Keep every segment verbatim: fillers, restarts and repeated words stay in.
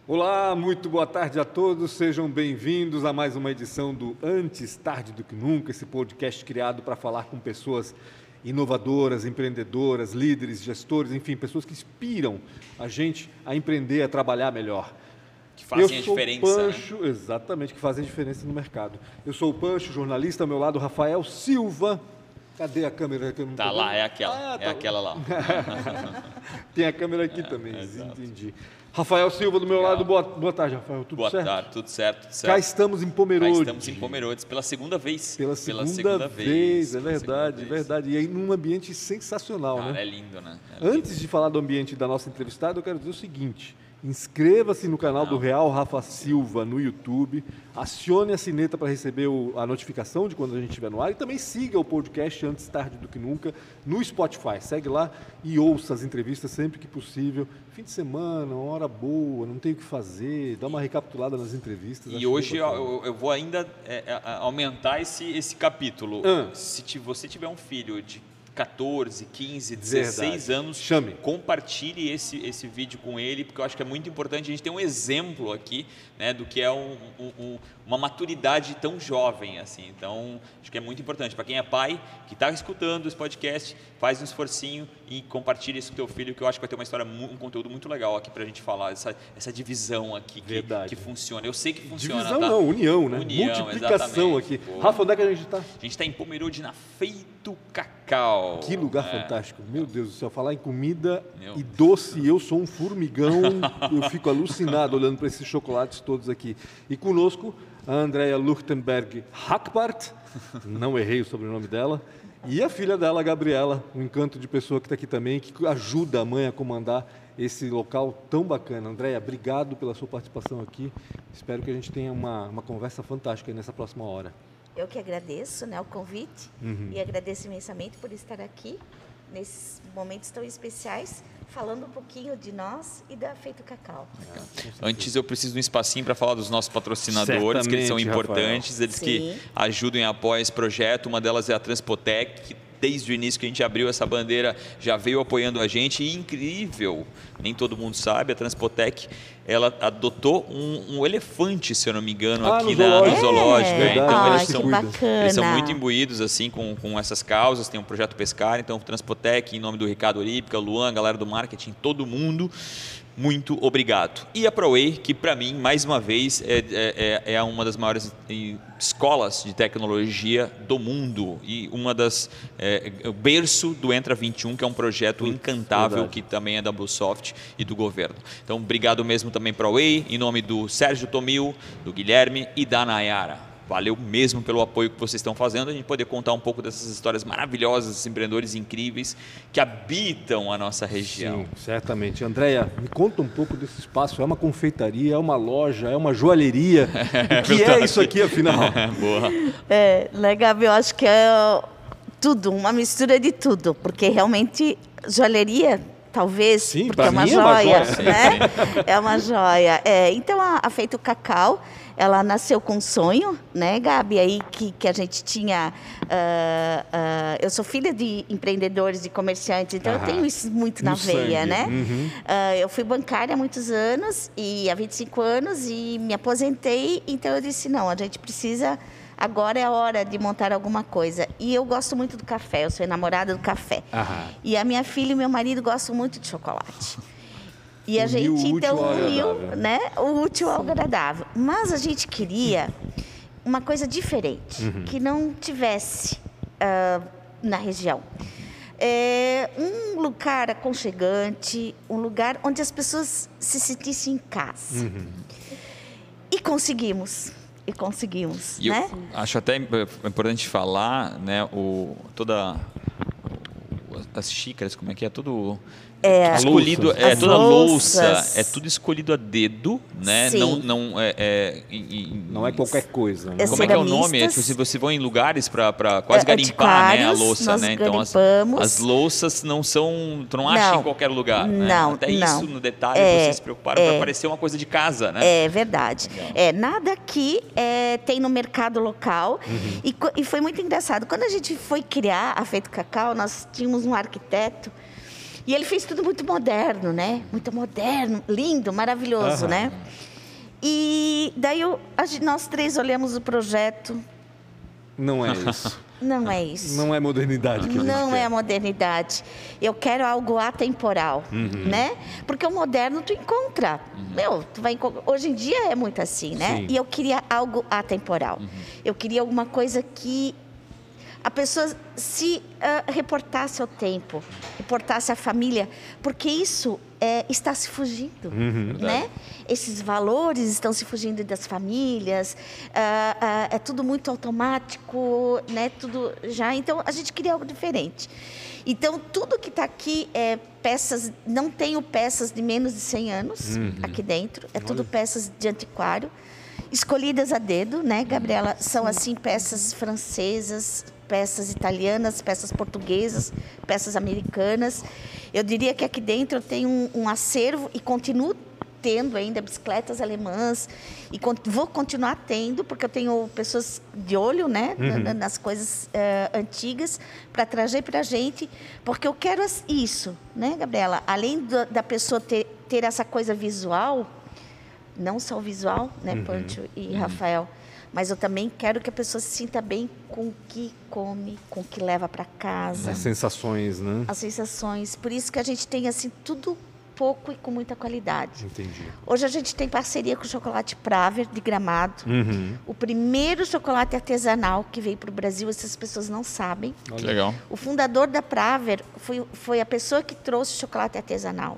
Olá, muito boa tarde a todos, sejam bem-vindos a mais uma edição do Antes Tarde do que Nunca, esse podcast criado para falar com pessoas inovadoras, empreendedoras, líderes, gestores, enfim, pessoas que inspiram a gente a empreender, a trabalhar melhor. Que fazem Eu a sou diferença, o Pancho, né? Exatamente, que fazem a diferença no mercado. Eu sou o Pancho, jornalista, ao meu lado Rafael Silva. Cadê a câmera que eu não Tá tô lá, vendo? é aquela, Ah, é tá aquela lá. Tem a câmera aqui É, também, exato. entendi. Rafael Silva, do meu Legal. lado, boa, boa tarde, Rafael, tudo Boa certo? tarde, tudo certo, tudo certo. Cá estamos em Cá Pomerode. estamos em Pomerode pela segunda vez. Pela segunda, vez, é pela segunda verdade, é vez. verdade. E aí num ambiente sensacional, Cara, né? é lindo, né? É lindo. Antes de falar do ambiente da nossa entrevistada, eu quero dizer o seguinte: inscreva-se no canal do Real Rafa Silva no YouTube, acione a sineta para receber o- a notificação de quando a gente estiver no ar e também siga o podcast Antes Tarde do que Nunca no Spotify. Segue lá e ouça as entrevistas sempre que possível. Fim de semana, uma hora boa, não tem o que fazer, dá uma recapitulada nas entrevistas. E acho hoje bem bacana. eu, eu vou ainda é, é, aumentar esse, esse capítulo. Ah. Se ti- você tiver um filho de catorze, quinze, dezesseis Verdade. anos, Chame. compartilhe esse, esse vídeo com ele, porque eu acho que é muito importante a gente ter um exemplo aqui, né, do que é um, um, um, uma maturidade tão jovem assim. Então, acho que é muito importante. Para quem é pai, que está escutando esse podcast, faz um esforcinho e compartilhe isso com o teu filho, que eu acho que vai ter uma história, mu- um conteúdo muito legal aqui para a gente falar, essa, essa divisão aqui que, Verdade. que funciona. Eu sei que funciona. Divisão tá? não, união, né? União, Multiplicação exatamente. aqui. Pô. Rafa, onde é que a gente está? A gente está em Pomerode, na Feito Cacau. Que lugar É. fantástico. Meu Deus do céu, falar em comida Meu e doce, e eu sou um formigão, eu fico alucinado olhando para esses chocolates todos aqui. E conosco, a Andrea Luchtenberg Hackbart, não errei o sobrenome dela, e a filha dela, a Gabriela, um encanto de pessoa que está aqui também, que ajuda a mãe a comandar esse local tão bacana. Andrea, obrigado pela sua participação aqui. Espero que a gente tenha uma, uma conversa fantástica aí nessa próxima hora. Eu que agradeço, né, o convite e agradeço imensamente por estar aqui nesses momentos tão especiais, falando um pouquinho de nós e da Feito Cacau. Antes eu preciso de um espacinho para falar dos nossos patrocinadores, que eles são Certamente, importantes, eles Sim. que ajudam e apoiam esse projeto. Uma delas é a Transpotec, que desde o início que a gente abriu essa bandeira já veio apoiando a gente. E incrível, nem todo mundo sabe, a Transpotec, ela adotou um, um elefante, se eu não me engano, Ah, aqui no na, no zoológico. zoológico. né? Verdade. Então Ai, eles que são cuida. bacana. Eles são muito imbuídos assim com, com essas causas. Tem o Projeto Pescar, então o Transpotec, em nome do Ricardo Olímpica, o Luan, a galera do marketing, todo mundo, muito obrigado. E a ProWay, que para mim, mais uma vez, é, é, é uma das maiores eh, escolas de tecnologia do mundo e uma das é, o berço do Entra vinte e um, que é um projeto incantável, verdade. que também é da Bluesoft e do governo. Então, obrigado mesmo também para a Way, em nome do Sérgio Tomil, do Guilherme e da Nayara. Valeu mesmo pelo apoio que vocês estão fazendo, a gente poder contar um pouco dessas histórias maravilhosas, desses empreendedores incríveis que habitam a nossa região. Sim, certamente. Andréia, me conta um pouco desse espaço. É uma confeitaria, é uma loja, é uma joalheria. O que é isso aqui, afinal? Boa. É, legal, eu acho que é tudo, uma mistura de tudo, porque realmente joalheria, talvez, Sim, porque pra é uma mim é uma joia, joia. né? É uma joia. É, então, a, a Feito Cacau, ela nasceu com um sonho, né, Gabi, aí que, que a gente tinha... ah, ah, eu sou filha de empreendedores, de comerciantes, então Aham. eu tenho isso muito na No veia, sangue. né? Uhum. Ah, eu fui bancária há muitos anos, e há vinte e cinco anos, e me aposentei, então eu disse, não, a gente precisa... Agora é a hora de montar alguma coisa. E eu gosto muito do café, eu sou enamorada do café. Aham. E a minha filha e meu marido gostam muito de chocolate. E a Uniu gente, o útil então, ao uniu, agradável. né, o útil ao agradável. Mas a gente queria uma coisa diferente, Uhum. que não tivesse ah, na região. É um lugar aconchegante, um lugar onde as pessoas se sentissem em casa. Uhum. E conseguimos. E conseguimos, E eu né? acho até importante falar, né, o, toda o- as xícaras, como é que é? Tudo É, escolhido, louças. é As toda louça, louças. é tudo escolhido a dedo, né? Sim. Não, não é, é e- e- Não é qualquer coisa, né? É Como é que é o nome? É, ceramistas. tipo, se você vai em lugares para quase É, garimpar, né, a antiquários, louça, nós né? Então as, garimpamos. as louças não são, tu não acha Não. em qualquer lugar, né? Não, Até não. isso no detalhe É, vocês se preocuparam é. para parecer uma coisa de casa, né? É verdade. Legal. É, nada aqui é, tem no mercado local. E, co- e foi muito engraçado. Quando a gente foi criar a Feito Cacau, nós tínhamos um arquiteto E ele fez tudo muito moderno, né? Muito moderno, lindo, maravilhoso, Aham. né? E daí eu, a gente- nós três olhamos o projeto. Não é isso. Não é isso. Não é modernidade que a gente Não quer. é a modernidade. Eu quero algo atemporal, né? Porque o moderno tu encontra. Meu, tu vai encont- hoje em dia é muito assim, né? Sim. E eu queria algo atemporal. Eu queria alguma coisa que a pessoa se ah, reportasse ao tempo, reportasse à família, porque isso é, está se fugindo, né? Esses valores estão se fugindo das famílias, ah, ah, é tudo muito automático, né? Tudo já. Então a gente queria algo diferente. Então tudo que está aqui é peças, não tenho peças de menos de cem anos aqui dentro, é tudo peças de antiquário. Escolhidas a dedo, né, Gabriela? São, assim, peças francesas, peças italianas, peças portuguesas, peças americanas. Eu diria que aqui dentro eu tenho um, um acervo e continuo tendo ainda bicicletas alemãs e con- vou continuar tendo, porque eu tenho pessoas de olho, né, na- na- nas coisas eh, antigas para trazer para a gente, porque eu quero as- isso, né, Gabriela? Além do- da pessoa ter, ter essa coisa visual, não só o visual, né, Pancho e Rafael, mas eu também quero que a pessoa se sinta bem com o que come, com o que leva para casa, As sensações, né? as sensações. Por isso que a gente tem assim tudo pouco e com muita qualidade. Entendi. Hoje a gente tem parceria com o Chocolate Praver de Gramado. Uhum. O primeiro chocolate artesanal que veio para o Brasil, essas pessoas não sabem. Que legal. O fundador da Praver foi, foi a pessoa que trouxe o chocolate artesanal.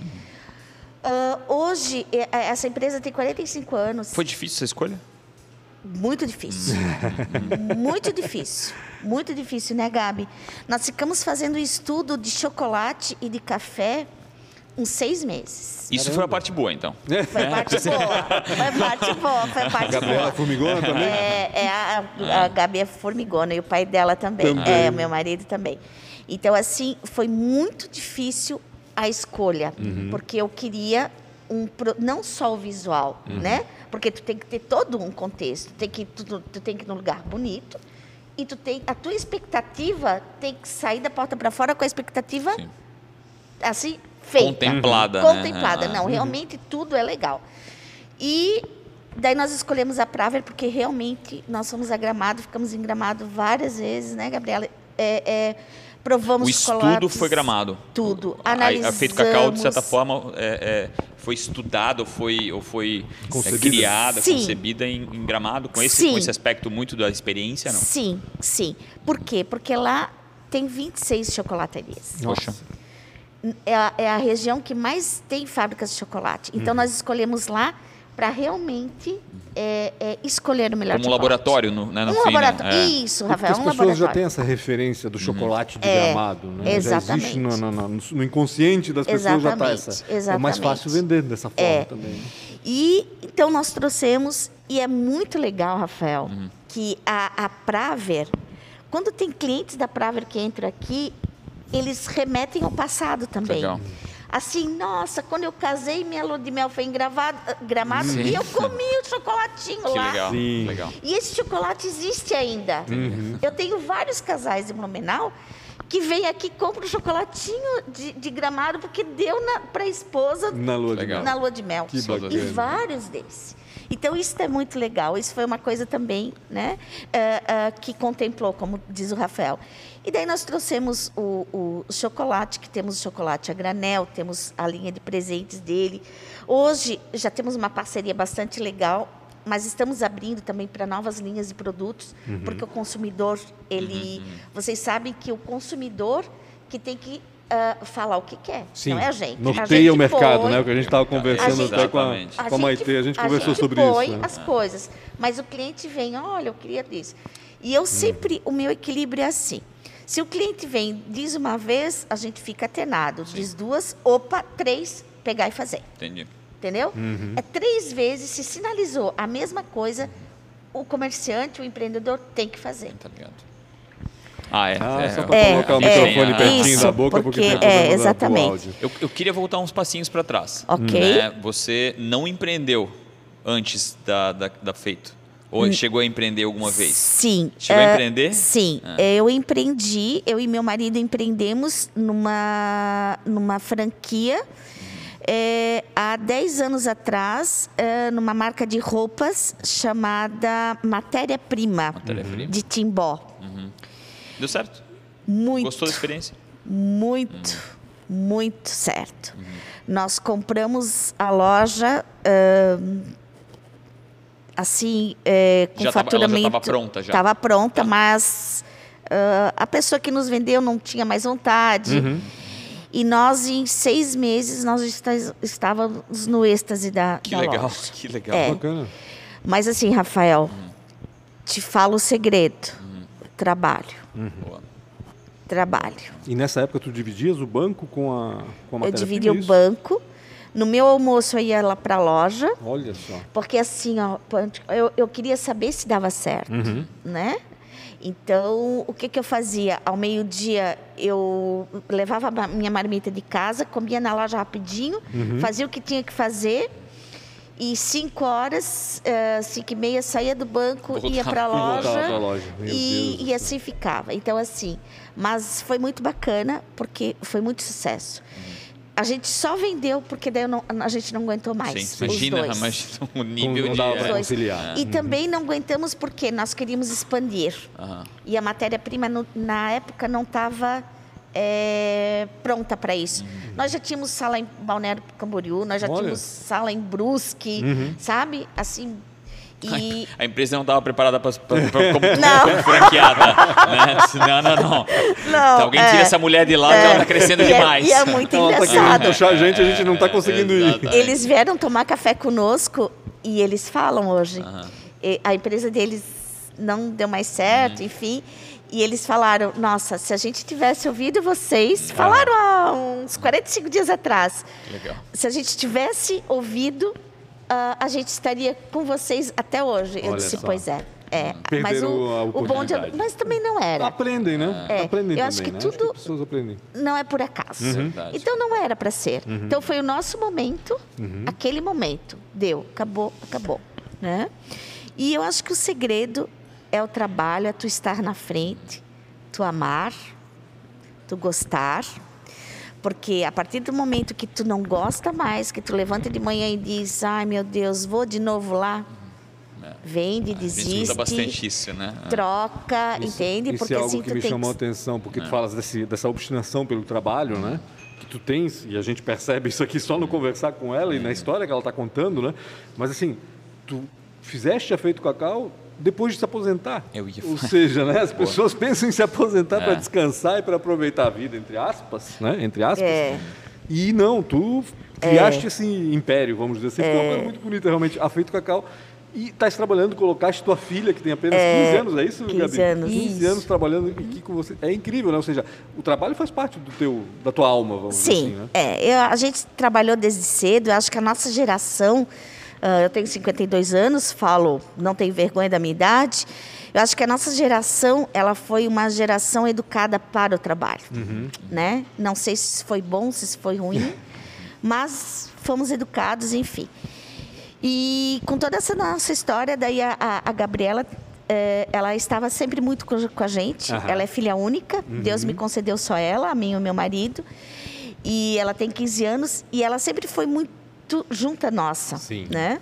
Ah, hoje, eh, essa empresa tem quarenta e cinco anos. Foi difícil essa escolha? Muito difícil. Muito difícil. Muito difícil, né, Gabi? Nós ficamos fazendo estudo de chocolate e de café uns seis meses. Isso foi a parte boa, então. Foi parte boa. Foi parte boa. Foi parte Gabriela boa. Formigona também? É, é a, a Gabi é formigona e o pai dela também. Também. É, o meu marido também. Então, assim, foi muito difícil a escolha, porque eu queria um pro- não só o visual, né? Porque tu tem que ter todo um contexto, tu tem que tu, tu tem que ir num lugar bonito e tu tem a tua expectativa tem que sair da porta para fora com a expectativa Sim. assim feita, Contemplada, né? contemplada. Ah, Não, realmente tudo é legal. E daí nós escolhemos a Praver porque realmente nós fomos a Gramado, ficamos em Gramado várias vezes, né, Gabriela? É, é, provamos O estudo chocolates, foi Gramado. Tudo. A, a Analisamos. feito cacau, de certa forma, é, é, foi estudada ou foi, ou foi é, Concebida. criada, Sim. concebida em, em Gramado, com esse, Sim. com esse aspecto muito da experiência, não? Sim, sim. Por quê? Porque lá tem vinte e seis chocolaterias. Poxa. É a, é a região que mais tem fábricas de chocolate. Então, nós escolhemos lá para realmente é, é, escolher o melhor Como um chocolate. laboratório, no, né, no Um fim, laboratório. né? É. Isso, Porque Rafael, as um pessoas já laboratório. têm essa referência do chocolate de É, Gramado, né? exatamente. Já existe no, no- no- no inconsciente das pessoas, já está essa. Exatamente, É mais exatamente. fácil vender dessa forma É. também. né? E então nós trouxemos, e é muito legal, Rafael, Uhum. que a, a Praver, quando tem clientes da Praver que entram aqui, eles remetem ao passado também. Legal. Assim, nossa, quando eu casei, minha lua de mel foi em Gravado, Gramado e eu comi o chocolatinho Que lá. legal. Sim. Legal. E esse chocolate existe ainda. Eu tenho vários casais em Blumenau que vêm aqui e compram chocolatinho de, de Gramado porque deu para a esposa Na lua de Legal. mel. na lua de mel. Que E bacana. vários deles. Então, isso é muito legal. Isso foi uma coisa também, né, eh, eh, que contemplou, como diz o Rafael. E daí nós trouxemos o, o chocolate, que temos o chocolate a granel, temos a linha de presentes dele. Hoje, já temos uma parceria bastante legal, mas estamos abrindo também para novas linhas de produtos, porque o consumidor, ele... Vocês sabem que o consumidor que tem que ah, falar o que quer, Sim, não é a gente. A norteia gente o mercado, põe- né? O que a gente estava conversando gente- até com a, Exatamente. com a Maitê, a gente conversou gente sobre põe isso. né? as coisas, mas o cliente vem, olha, eu queria disso. E eu sempre, o meu equilíbrio é assim. Se o cliente vem, diz uma vez, a gente fica atenado. Diz duas, opa, três, pegar e fazer. Entendi. Entendeu? É três vezes, se sinalizou a mesma coisa, o comerciante, o empreendedor tem que fazer. Tá ligado. Ah, é. Ah, é, só para É, colocar o é, microfone é. pertinho Isso, da boca, porque, porque- tem é, problema da- do exatamente. áudio. Eu, eu queria voltar uns passinhos para trás. Ok. Né? Você não empreendeu antes da, da, da Feito. Ou chegou a empreender alguma vez? Sim. Chegou uh, a empreender? Sim. Ah. Eu empreendi, eu e meu marido empreendemos numa, numa franquia é, há dez anos atrás, é, numa marca de roupas chamada Matéria Prima, Matéria Prima. de Timbó. Uhum. Deu certo? Muito. Gostou da experiência? Muito, uhum. muito certo. Uhum. Nós compramos a loja... Uh, assim, é, com já faturamento... Estava pronta já? Estava pronta, tá. mas uh, a pessoa que nos vendeu não tinha mais vontade. Uhum. E nós, em seis meses, nós estávamos no êxtase da, que da legal, loja. Que legal, é. Bacana. Mas assim, Rafael, uhum. te falo o segredo. Uhum. Trabalho. Uhum. Trabalho. E nessa época tu dividias o banco com a, com a matéria-prima? Eu dividia o banco. No meu almoço eu ia lá para a loja. Olha só. Porque assim, ó, eu, eu queria saber se dava certo, uhum. né? Então, o que, que eu fazia? Ao meio-dia, eu levava a minha marmita de casa, comia na loja rapidinho, uhum. fazia o que tinha que fazer. E cinco horas, uh, cinco e meia, saía do banco, Voltava. ia para a loja, loja. E, e assim ficava. Então, assim, mas foi muito bacana, porque foi muito sucesso. Uhum. A gente só vendeu porque daí não, a gente não aguentou mais. Sim, imagina, imagina o nível não de... dava para conciliar. E uhum. também não aguentamos porque nós queríamos expandir. Uhum. E a matéria-prima, na época, não estava é, pronta para isso. Uhum. Nós já tínhamos sala em Balneário Camboriú, nós já Olha. tínhamos sala em Brusque, uhum. sabe? Assim... E... A empresa não estava preparada para como franqueada, né? Não, não, não. não então, alguém tira é, essa mulher de lá, é, que ela está crescendo e demais. É, e é muito ela engraçado. Ela está querendo puxar a gente, a gente não está conseguindo é, ir. Eles vieram tomar café conosco e eles falam hoje. Uhum. A empresa deles não deu mais certo, uhum. enfim. E eles falaram, nossa, se a gente tivesse ouvido vocês, ah. falaram há uns quarenta e cinco dias atrás. Legal. Se a gente tivesse ouvido... Uh, a gente estaria com vocês até hoje. Eu Olha disse, só. pois é. é. Perderam mas o, a o bonde, mas também não era. Aprendem, né? É. Aprendem Eu também, acho que né? tudo acho que pessoas aprendem. não é por acaso. Uhum. Então não era para ser. Uhum. Então foi o nosso momento, uhum. aquele momento. Deu, acabou, acabou. Né? E eu acho que o segredo é o trabalho, é tu estar na frente, tu amar, tu gostar. Porque a partir do momento que tu não gosta mais, que tu levanta de manhã e diz, ai meu Deus, vou de novo lá, é. vende, desiste. A gente usa bastante isso, né? Troca, isso, entende? Isso porque é algo assim, que tu me tem chamou a que... atenção, porque é. tu falas desse, dessa obstinação pelo trabalho, né? Que tu tens, e a gente percebe isso aqui só no conversar com ela e na história que ela está contando, né? Mas assim, tu fizeste Efeito Cacau depois de se aposentar. Eu ia... Ou seja, né, as pessoas pensam em se aposentar é. para descansar e para aproveitar a vida, entre aspas, né? Entre aspas. É. E não, tu criaste é. esse império, vamos dizer assim, é. uma coisa muito bonita, realmente, Efeito Cacau. E estás trabalhando, colocaste tua filha, que tem apenas é. quinze anos, é isso, quinze Gabi? anos. quinze isso. anos trabalhando aqui com você. É incrível, né? Ou seja, o trabalho faz parte do teu, da tua alma, vamos Sim, dizer assim, né? é. Eu, a gente trabalhou desde cedo, eu acho que a nossa geração... Uh, eu tenho cinquenta e dois anos, falo, não tenho vergonha da minha idade. Eu acho que a nossa geração, ela foi uma geração educada para o trabalho, uhum. né? Não sei se foi bom, se foi ruim, mas fomos educados, enfim. E com toda essa nossa história, daí a, a, a Gabriela, eh, ela estava sempre muito com, com a gente. Uhum. Ela é filha única, uhum. Deus me concedeu só ela, a mim e o meu marido. E ela tem quinze anos e ela sempre foi muito junta nossa, Sim. né?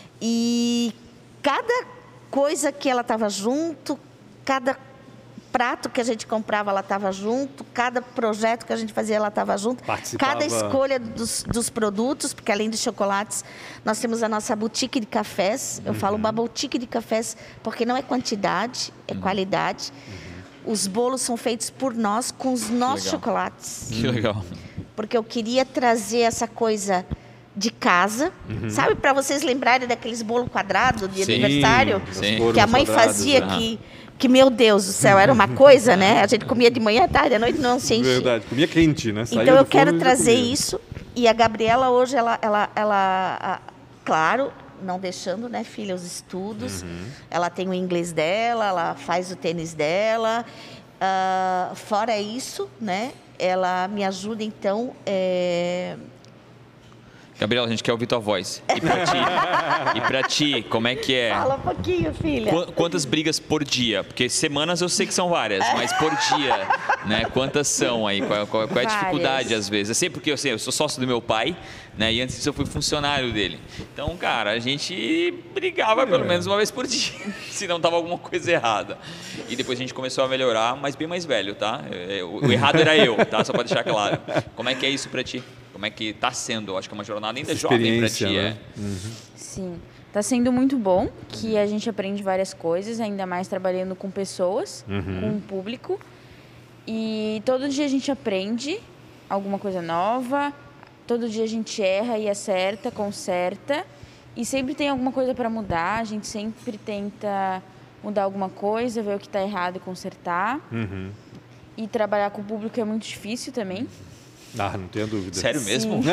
E cada coisa que ela estava junto, cada prato que a gente comprava, ela estava junto, cada projeto que a gente fazia, ela estava junto, Participava... cada escolha dos, dos produtos, porque além dos chocolates, nós temos a nossa boutique de cafés. Eu uhum. falo uma boutique de cafés porque não é quantidade, é uhum. qualidade. Uhum. Os bolos são feitos por nós com os nossos chocolates. Que legal. Porque eu queria trazer essa coisa de casa, uhum. sabe? Para vocês lembrarem daqueles bolos quadrados de sim, aniversário sim. que a mãe fazia, uhum. que, que, meu Deus do céu, era uma coisa, né? A gente comia de manhã, à tarde, à noite não se enchia. Verdade, comia quente, né? Saía então eu do quero forno trazer isso. E a Gabriela hoje, ela, ela, ela a, claro, não deixando, né, filha, os estudos. Uhum. Ela tem o inglês dela, ela faz o tênis dela. Uh, fora isso, né? Ela me ajuda, então... É... Gabriela, a gente quer ouvir tua voz. E pra ti, e pra ti como é que é? Fala um pouquinho, filha. Qu- Quantas brigas por dia? Porque semanas eu sei que são várias, mas por dia, né? Quantas são aí? Qual, qual- qual é a Várias. dificuldade às vezes? Eu sei porque assim, eu sou sócio do meu pai, né? E antes disso eu fui funcionário dele. Então, cara, a gente brigava pelo menos uma vez por dia, se não tava alguma coisa errada. E depois a gente começou a melhorar, mas bem mais velho, tá? É, O o errado era eu, tá? Só para deixar claro. Como é que é isso pra ti? Como é que tá sendo? Eu acho que é uma jornada ainda Essa jovem pra experiência, ti, né? é. Sim, tá sendo muito bom, que a gente aprende várias coisas, ainda mais trabalhando com pessoas, com o público. E todo dia a gente aprende alguma coisa nova, todo dia a gente erra e acerta, conserta. E sempre tem alguma coisa para mudar, a gente sempre tenta mudar alguma coisa, ver o que está errado e consertar. E trabalhar com o público é muito difícil também. Ah, não tenha dúvida. Sério mesmo?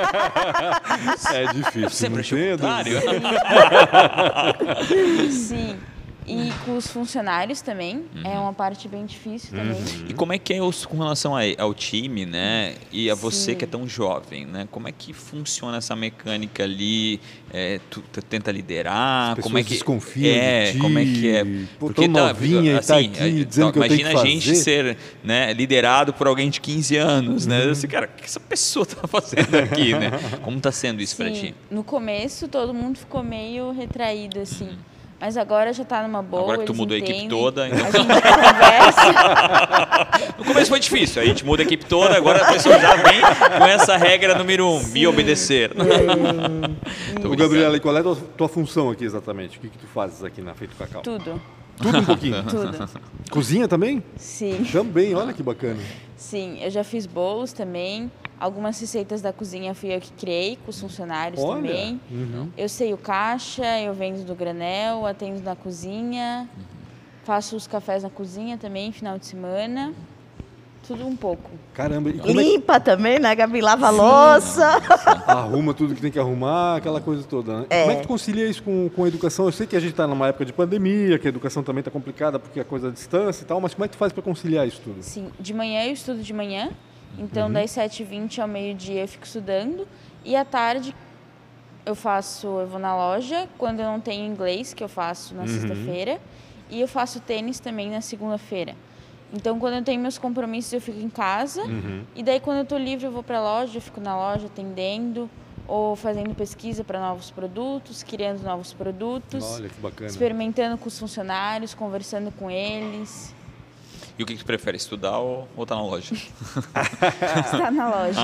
É difícil. Sempre não achei tenha o contrário. dúvida. Sim. E com os funcionários também, é uma parte bem difícil também. E como é que é os, com relação a- ao time, né? E a você Sim. que é tão jovem, né? Como é que funciona essa mecânica ali? É, tu, tu tenta liderar? As Como é pessoas que desconfiam é? de ti. Como é que é? Pô, tão novinha e tá aqui dizendo que eu tenho imagina que a gente fazer. ser, né, liderado por alguém de quinze anos, né? Assim, cara, o que essa pessoa tá fazendo aqui, né? Como tá sendo isso pra Sim, ti? no começo todo mundo ficou meio retraído, assim. Mas agora já tá numa boa. Agora que tu eles mudou a equipe entendem. toda, então- A gente conversa. No começo foi difícil, a gente muda a equipe toda, agora a pessoa já vem com essa regra número um, me obedecer. Tô Ô, brincando. Gabriela, e qual é a tua, tua função aqui exatamente? O que, que tu fazes aqui na Feito Cacau? Tudo, Tudo um pouquinho. tudo. Cozinha também? Sim, Também, olha que bacana. sim. Eu já fiz bolos também. Algumas receitas da cozinha fui eu que criei com os funcionários Olha. também. Uhum. Eu sei o caixa, eu vendo do granel, atendo na cozinha. Faço os cafés na cozinha também, final de semana. Tudo um pouco. Caramba, e como é Limpa também, né, Gabi? Lava a louça. que arruma tudo que tem que arrumar, aquela coisa toda, né? É. Como é que tu concilia isso com, com a educação? Eu sei que a gente está numa época de pandemia, que a educação também está complicada porque a coisa é a distância e tal, mas como é que tu faz para conciliar isso tudo? Sim, de manhã eu estudo de manhã. Então, das sete e vinte ao meio-dia eu fico estudando. E à tarde eu faço, eu vou na loja, quando eu não tenho inglês, que eu faço na sexta-feira. E eu faço tênis também na segunda-feira. Então, quando eu tenho meus compromissos, eu fico em casa. E daí, quando eu tô livre, eu vou para a loja, eu fico na loja atendendo ou fazendo pesquisa para novos produtos, criando novos produtos, Olha que bacana. experimentando com os funcionários, conversando com eles. E o que que tu prefere, estudar ou, ou tá na loja? Está na loja.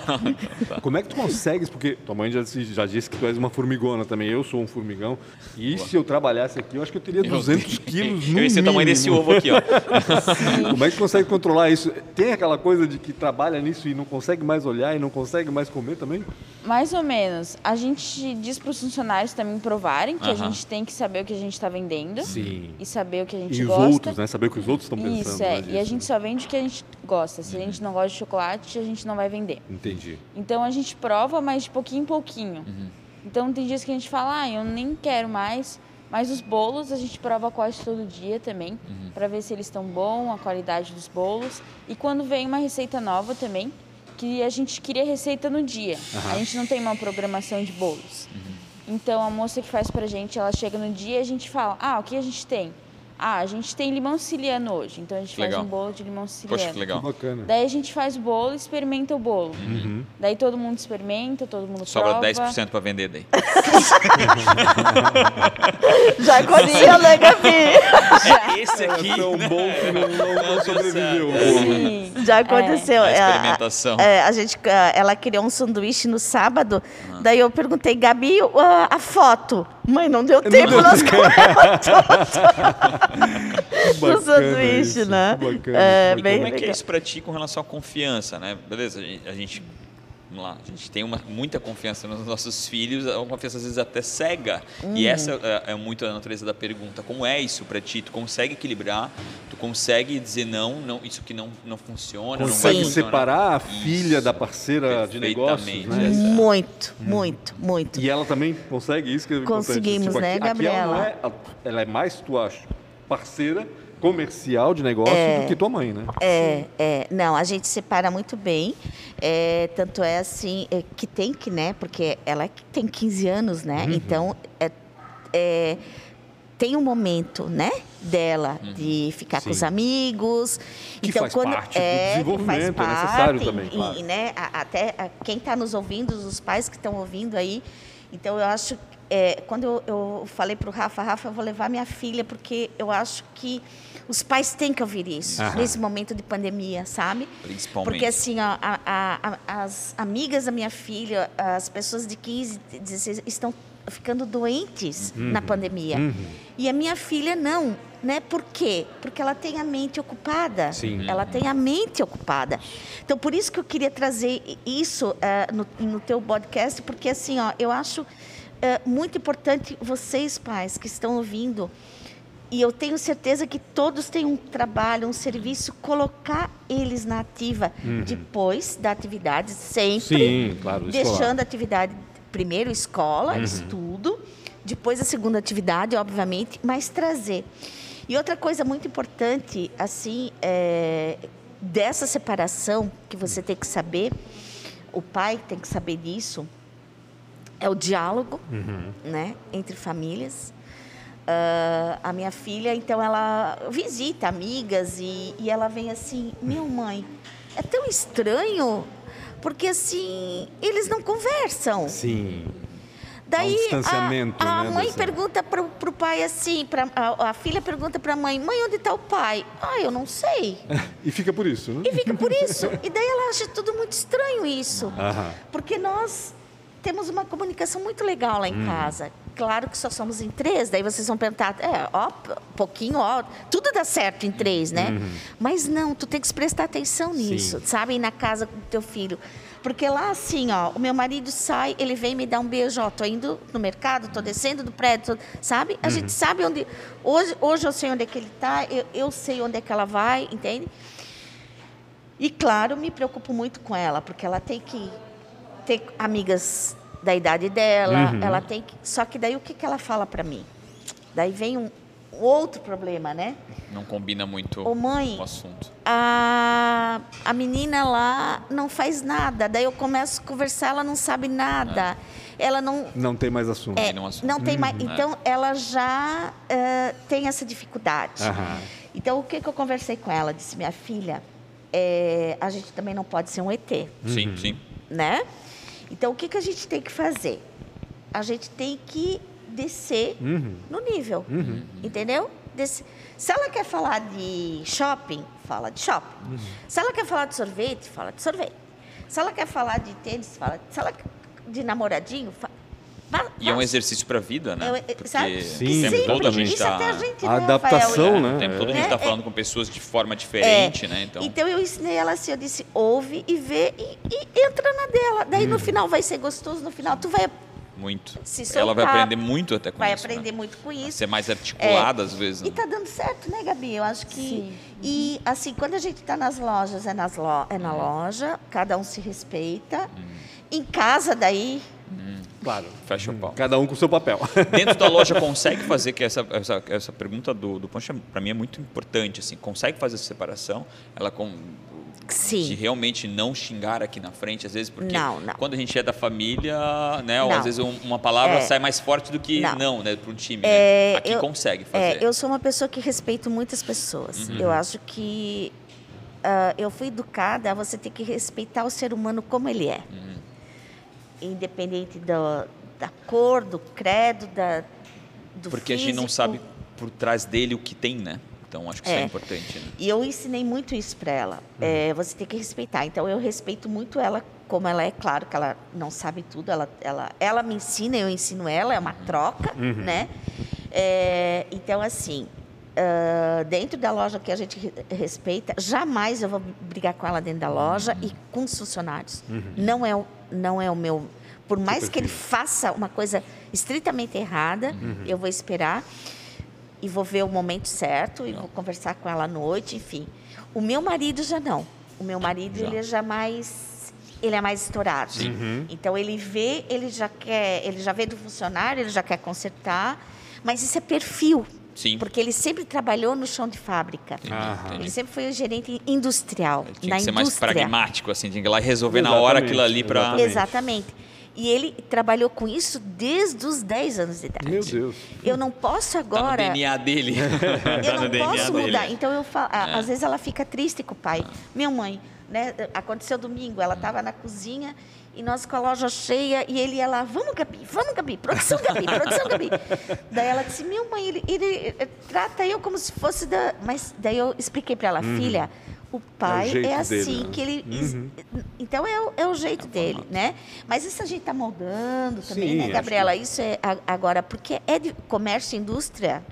Como é que tu consegues? Porque tua mãe já, disse- já disse que tu és uma formigona também. Eu sou um formigão. E se eu trabalhasse aqui, eu acho que eu teria duzentos quilos no Eu ia ser o tamanho desse mínimo. ovo aqui, ó. Como é que tu consegue controlar isso? Tem aquela coisa de que trabalha nisso e não consegue mais olhar e não consegue mais comer também? Mais ou menos. A gente diz para os funcionários também provarem que a Aham. gente tem que saber o que a gente está vendendo Sim. e saber o que a gente E os gosta. outros, né? Saber o que os outros estão pensando. Isso, é. né, E a disso. gente só vende o que a gente gosta. Se a gente não gosta de chocolate, a gente não vai vender. Entendi. Então a gente prova, mas de pouquinho em pouquinho. Então tem dias que a gente fala, ah, eu nem quero mais. Mas os bolos a gente prova quase todo dia também, para ver se eles estão bons, a qualidade dos bolos. E quando vem uma receita nova também, que a gente queria receita no dia. A gente não tem uma programação de bolos. Então a moça que faz pra gente, ela chega no dia e a gente fala, ah, o que a gente tem? Ah, a gente tem limão siciliano hoje, então a gente Legal. faz um bolo de limão siciliano. Poxa, que legal. Que bacana. Daí a gente faz o bolo e experimenta o bolo. Daí todo mundo experimenta, todo mundo Sobra prova. dez por cento para vender daí. Já aconteceu, né, Gabi? Esse aqui, É tão bom que não, não, não sobreviveu. Sim. Já aconteceu. A É, experimentação. é, a gente, ah, ela criou um sanduíche no sábado. Daí eu perguntei, Gabi, a, a foto. Mãe, não deu tempo, deu nós tempo. comemos Que no bacana sanduíche, isso, né? que bacana. É, E bem como é que é legal. isso pra ti com relação à confiança, né? Beleza, a gente, a gente- vamos lá, a gente tem uma, muita confiança nos nossos filhos, uma confiança às vezes até cega. E essa é, é muito a natureza da pergunta. Como é isso pra ti? Tu consegue equilibrar? Tu consegue dizer não, não isso que não, não funciona, não vai Consegue funcionar? separar a Isso. filha da parceira de negócios, Perfeitamente, né? essa- Muito, muito, muito. E ela também consegue isso? Que é importante. Conseguimos, Tipo, né, aqui, aqui ela, não Gabriela? é, ela é mais tua parceira comercial de negócio É. do que tua mãe, né? É, é, não, a gente separa muito bem, é, tanto é assim, é, que tem que, né, porque ela tem quinze anos, né, então é, é, tem um momento, né, dela de ficar Sim. com os amigos. Que então, faz quando, parte do é, que desenvolvimento, faz é necessário parte, também, e, claro. e, né, a- até a- quem está nos ouvindo, os pais que estão ouvindo aí, então eu acho, é, quando eu, eu falei para o Rafa, Rafa, eu vou levar minha filha, porque eu acho que os pais têm que ouvir isso, Aham. nesse momento de pandemia, sabe? Principalmente. Porque assim, ó, a- a- a- as amigas da minha filha, as pessoas de quinze, dezesseis, estão ficando doentes na pandemia. E a minha filha não, né? Por quê? Porque ela tem a mente ocupada. Sim. Ela tem a mente ocupada. Então, por isso que eu queria trazer isso eh, no, no teu podcast, porque assim, ó, eu acho eh, muito importante vocês, pais, que estão ouvindo, e eu tenho certeza que todos têm um trabalho, um serviço, colocar eles na ativa depois da atividade, sempre. Sim, claro, escolar. Deixando a atividade, primeiro escola, estudo, depois a segunda atividade, obviamente, mas trazer. E outra coisa muito importante, assim, é, dessa separação, que você tem que saber, o pai tem que saber disso, é o diálogo, né, entre famílias. Ah, a minha filha, então, ela visita amigas e, e ela vem assim, meu mãe, é tão estranho, porque assim, eles não conversam. Sim. Daí Há um distanciamento, a, a né, mãe dessa- pergunta para o pai assim, pra, a, a filha pergunta para a mãe, mãe, onde está o pai? Ah, eu não sei. E fica por isso, né? E fica por isso. E daí ela acha tudo muito estranho isso. Aham. Porque nós temos uma comunicação muito legal lá em casa. Claro que só somos em três, daí vocês vão perguntar, é, ó, pouquinho, ó, tudo dá certo em três, né? Mas não, tu tem que prestar atenção nisso, Sim. sabe? Ir na casa do teu filho. Porque lá, assim, ó, o meu marido sai, ele vem me dar um beijo, ó, tô indo no mercado, tô descendo do prédio, tô- sabe? A gente sabe onde... Hoje, hoje eu sei onde é que ele tá, eu, eu sei onde é que ela vai, entende? E, claro, me preocupo muito com ela, porque ela tem que ter amigas da idade dela, ela tem que... Só que daí o que, que ela fala para mim? Daí vem um outro problema, né? Não combina muito Ô, mãe, com o assunto. a, a menina lá não faz nada. Daí eu começo a conversar, ela não sabe nada. Ela não... Não tem mais assunto. É, não assunto. não tem mais. Uhum. Então, ela já eh, tem essa dificuldade. Aham. Então, o que, que eu conversei com ela? Disse, minha filha, eh, a gente também não pode ser um E T, Sim, sim. né? Então, o que, que a gente tem que fazer? A gente tem que descer no nível, entendeu? Descer. Se ela quer falar de shopping, fala de shopping. Se ela quer falar de sorvete, fala de sorvete. Se ela quer falar de tênis, fala. Se ela quer de namoradinho, fala. E é um exercício para a vida, né? Eu- Porque sabe? Sim, o tempo Sempre, todo a gente isso até a está... gente, A né, adaptação, Rafael? né? O tempo todo a gente É. está falando com pessoas de forma diferente, né? Então, Então eu ensinei ela assim, eu disse, ouve e vê e, e entra na dela. Daí no final vai ser gostoso, no final tu vai, muito. Se Ela vai soltar, aprender muito até com vai isso, aprender né? muito com Vai isso. ser mais articulada às vezes. E né? tá dando certo, né, Gabi? Eu acho que... Sim. E, assim, quando a gente tá nas lojas, é, nas lo... é na loja, cada um se respeita. Em casa, daí... Claro. Fecha o pau. Cada um com o seu papel. Dentro da loja consegue fazer, que essa, essa, essa pergunta do, do Poncha, para mim é muito importante, assim, consegue fazer essa separação, ela com, Sim. de realmente não xingar aqui na frente, às vezes, porque Não, não. quando a gente é da família, né, ou Não. às vezes um- uma palavra É. sai mais forte do que não, Não. né, para um time. É, né? Aqui eu- consegue É, fazer. eu sou uma pessoa que respeito muitas pessoas. Eu acho que ah, eu fui educada a você ter que respeitar o ser humano como ele é. Independente do, da cor, do credo, da, do Porque a gente não físico. sabe por trás dele o que tem, né? Então acho que isso é É. importante, né? E eu ensinei muito isso para ela. É, você tem que respeitar. Então eu respeito muito ela como ela é. Claro que ela não sabe tudo. Ela, ela, ela me ensina, eu ensino ela. É uma troca, né? É, então assim, ah, dentro da loja que a gente re- respeita, jamais eu vou brigar com ela dentro da loja e com os funcionários. Não é o, não é o meu. Por mais que ele faça uma coisa estritamente errada, eu vou esperar e vou ver o momento certo e vou conversar com ela à noite, enfim. O meu marido já não. O meu marido, Já. ele é já mais... Ele é mais estourado. Então, ele vê, ele já quer... Ele já vê do funcionário, ele já quer consertar. Mas isso é perfil. Sim. Porque ele sempre trabalhou no chão de fábrica. Aham. Ele sempre foi o gerente industrial, Tinha na que ser indústria. mais pragmático, assim, tinha que ir lá e resolver na hora Exatamente, aquilo ali para... exatamente. Exatamente. E ele trabalhou com isso desde os dez anos de idade. Meu Deus. Eu não posso Tá agora... no D N A dele. Eu Tá no não D N A posso dele. mudar. Então, eu falo, a- É. às vezes ela fica triste com o pai. Minha mãe, né? Aconteceu domingo, ela estava na cozinha e nós com a loja cheia e ele ia lá, vamos, Gabi, vamos, Gabi, produção, Gabi, produção, Gabi. Daí ela disse, minha mãe, ele, ele, eh, trata eu como se fosse da... Mas daí eu expliquei para ela, filha, o pai jeito é assim dele, né? que ele... Então, é o, é o jeito dele, né? Mas isso a gente está moldando também, Sim, né, acho Gabriela? Isso é a- agora, porque é de comércio e indústria,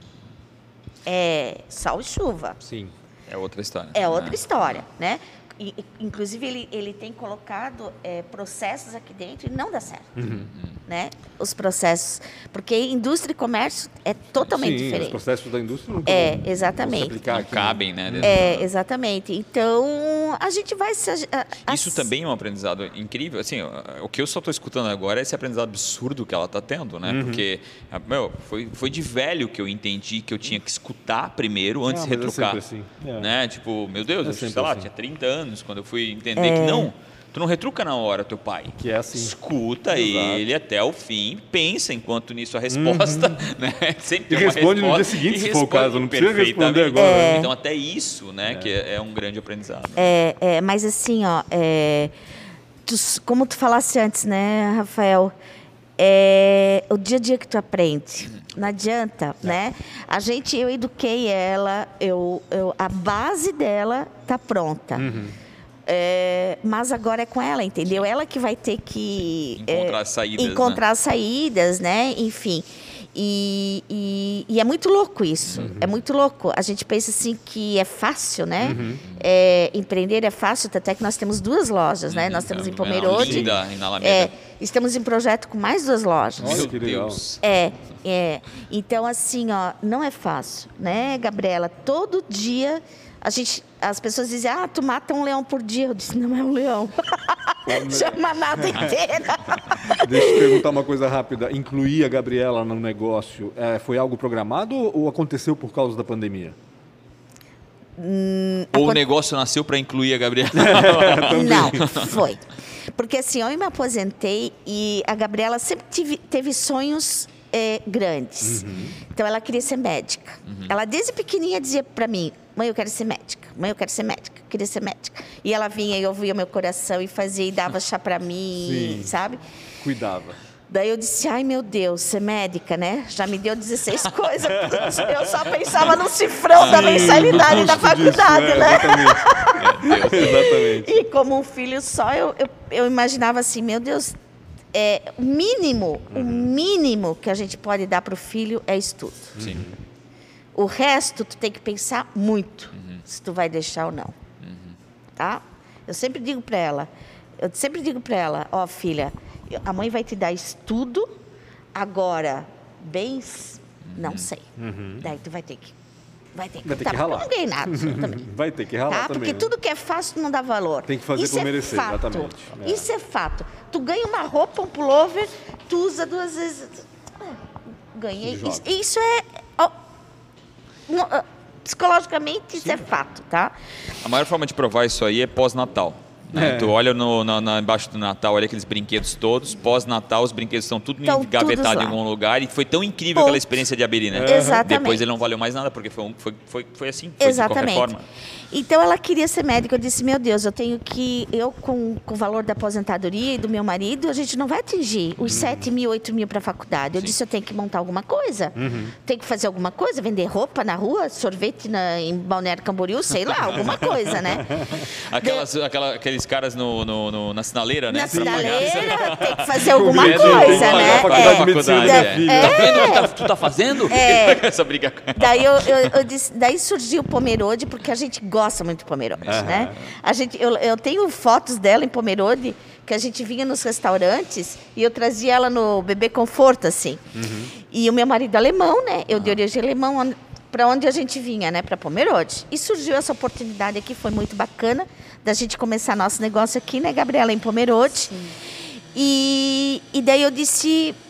é sol e chuva. Sim. É outra história. É outra né? história, né? E, e, inclusive, ele, ele tem colocado é, processos aqui dentro e não dá certo, né? Os processos. Porque indústria e comércio é totalmente Sim, os diferente. processos da indústria não É, podem- exatamente. não se aplicar Não aqui. cabem, né? dentro É, exatamente. Então, a gente vai se... a- a- Isso também é um aprendizado incrível. Assim, o que eu só estou escutando agora é esse aprendizado absurdo que ela está tendo, né? Uhum. Porque, meu, foi, foi de velho que eu entendi que eu tinha que escutar primeiro antes Ah, de mas é retrucar. sempre assim. É. Né? Tipo, meu Deus, É eu, sei sempre lá, assim. tinha trinta anos quando eu fui entender que não, tu não retruca na hora teu pai. Que é assim. Escuta Exato. ele até o fim, pensa enquanto nisso a resposta, né? Sempre E tem uma responde no resposta, dia seguinte, e se for o responde caso, não precisa responder perfeitamente. agora, né? Então até isso, né, que é, é um grande aprendizado. É, é, mas assim, ó, é, tu- como tu falasse antes, né, Rafael, é o dia a dia que tu aprende. Não adianta, né? A gente, eu eduquei ela, eu, eu, a base dela tá pronta. É, mas agora é com ela, entendeu? Ela que vai ter que Encontrar é, as saídas, encontrar as saídas, né? Enfim. E, e, e é muito louco isso. É muito louco. A gente pensa assim que é fácil, né? É, empreender é fácil, até que nós temos duas lojas, né? Nós temos em Pomerode. Linda, em Alameda. É, estamos em projeto com mais duas lojas. Olha Meu que legal. Deus. É, é. Então, assim, ó, não é fácil, né, Gabriela? Todo dia a gente, as pessoas dizem, ah, tu mata um leão por dia. Eu disse, não é um leão. Chama nada inteira. Deixa eu te perguntar uma coisa rápida. Incluir a Gabriela no negócio é, foi algo programado ou aconteceu por causa da pandemia? Ou o negócio nasceu para incluir a Gabriela. Não, foi. Porque assim, eu me aposentei e a Gabriela sempre tive, teve sonhos é, grandes. Então, ela queria ser médica. Ela, desde pequenininha, dizia para mim, mãe, eu quero ser médica. Mãe, eu quero ser médica. Queria ser médica. E ela vinha e ouvia meu coração e fazia e dava chá para mim, Sim. sabe? Cuidava. Daí eu disse, ai meu Deus, ser médica, né? Já me deu dezesseis coisas. Eu só pensava no cifrão da mensalidade da faculdade, Disso, é, né? Exatamente. Exatamente. E como um filho só, eu, eu, eu imaginava assim, meu Deus, é, o mínimo, o mínimo que a gente pode dar para o filho é estudo. Sim. O resto, tu tem que pensar muito se tu vai deixar ou não. Tá? Eu sempre digo para ela, eu sempre digo para ela, ó, filha, a mãe vai te dar estudo, agora, bens, não sei. Daí tu vai ter que... Vai ter que, Vai ter tá, que porque eu ralar. não ganhei nada também. Vai ter que ralar Tá? também. Porque né? tudo que é fácil tu não dá valor. Tem que fazer Isso por é merecer, fato. exatamente. É. Isso é fato. Tu ganha uma roupa, um pullover, tu usa duas vezes. Ah, ganhei. Joga. Isso, isso é. Ó, um, ah, psicologicamente, isso é fato, tá? A maior forma de provar isso aí é pós-natal. Né? É. Tu olha no, na, na- embaixo do Natal, olha aqueles brinquedos todos. Pós-Natal, os brinquedos estão tudo Tão engavetados todos em lá. algum lugar. E foi tão incrível Ponto. aquela experiência de abrir, né? Exatamente. Depois ele não valeu mais nada, porque foi, um- foi, foi, foi assim. Foi Exatamente. de qualquer forma. Então ela queria ser médica. Eu disse, meu Deus, eu tenho que. Eu, com, com o valor da aposentadoria e do meu marido, a gente não vai atingir os sete mil, oito mil para a faculdade. Eu disse, eu tenho que montar alguma coisa. Tenho que fazer alguma coisa, vender roupa na rua, sorvete na, em Balneário Camboriú, sei lá, alguma coisa, né? Aquelas, aquela- aqueles caras no, no- no- na sinaleira, né? Na Pra pagar. sinaleira, tem que fazer alguma Tem que coisa, pagar né? a faculdade É. de medicina da é. filha. Tá vendo o que tá- tu tá fazendo? É. Essa briga com ela. Daí, eu, eu, eu disse, daí surgiu o Pomerode, porque a gente gosta muito de Pomerode, né? A gente, eu, eu tenho fotos dela em Pomerode, que a gente vinha nos restaurantes e eu trazia ela no Bebê Conforto, assim. E o meu marido alemão, né? Eu de origem alemão, para onde a gente vinha, né? Para Pomerode. E surgiu essa oportunidade aqui, foi muito bacana, da gente começar nosso negócio aqui, né, Gabriela, em Pomerode. E, e daí eu disse...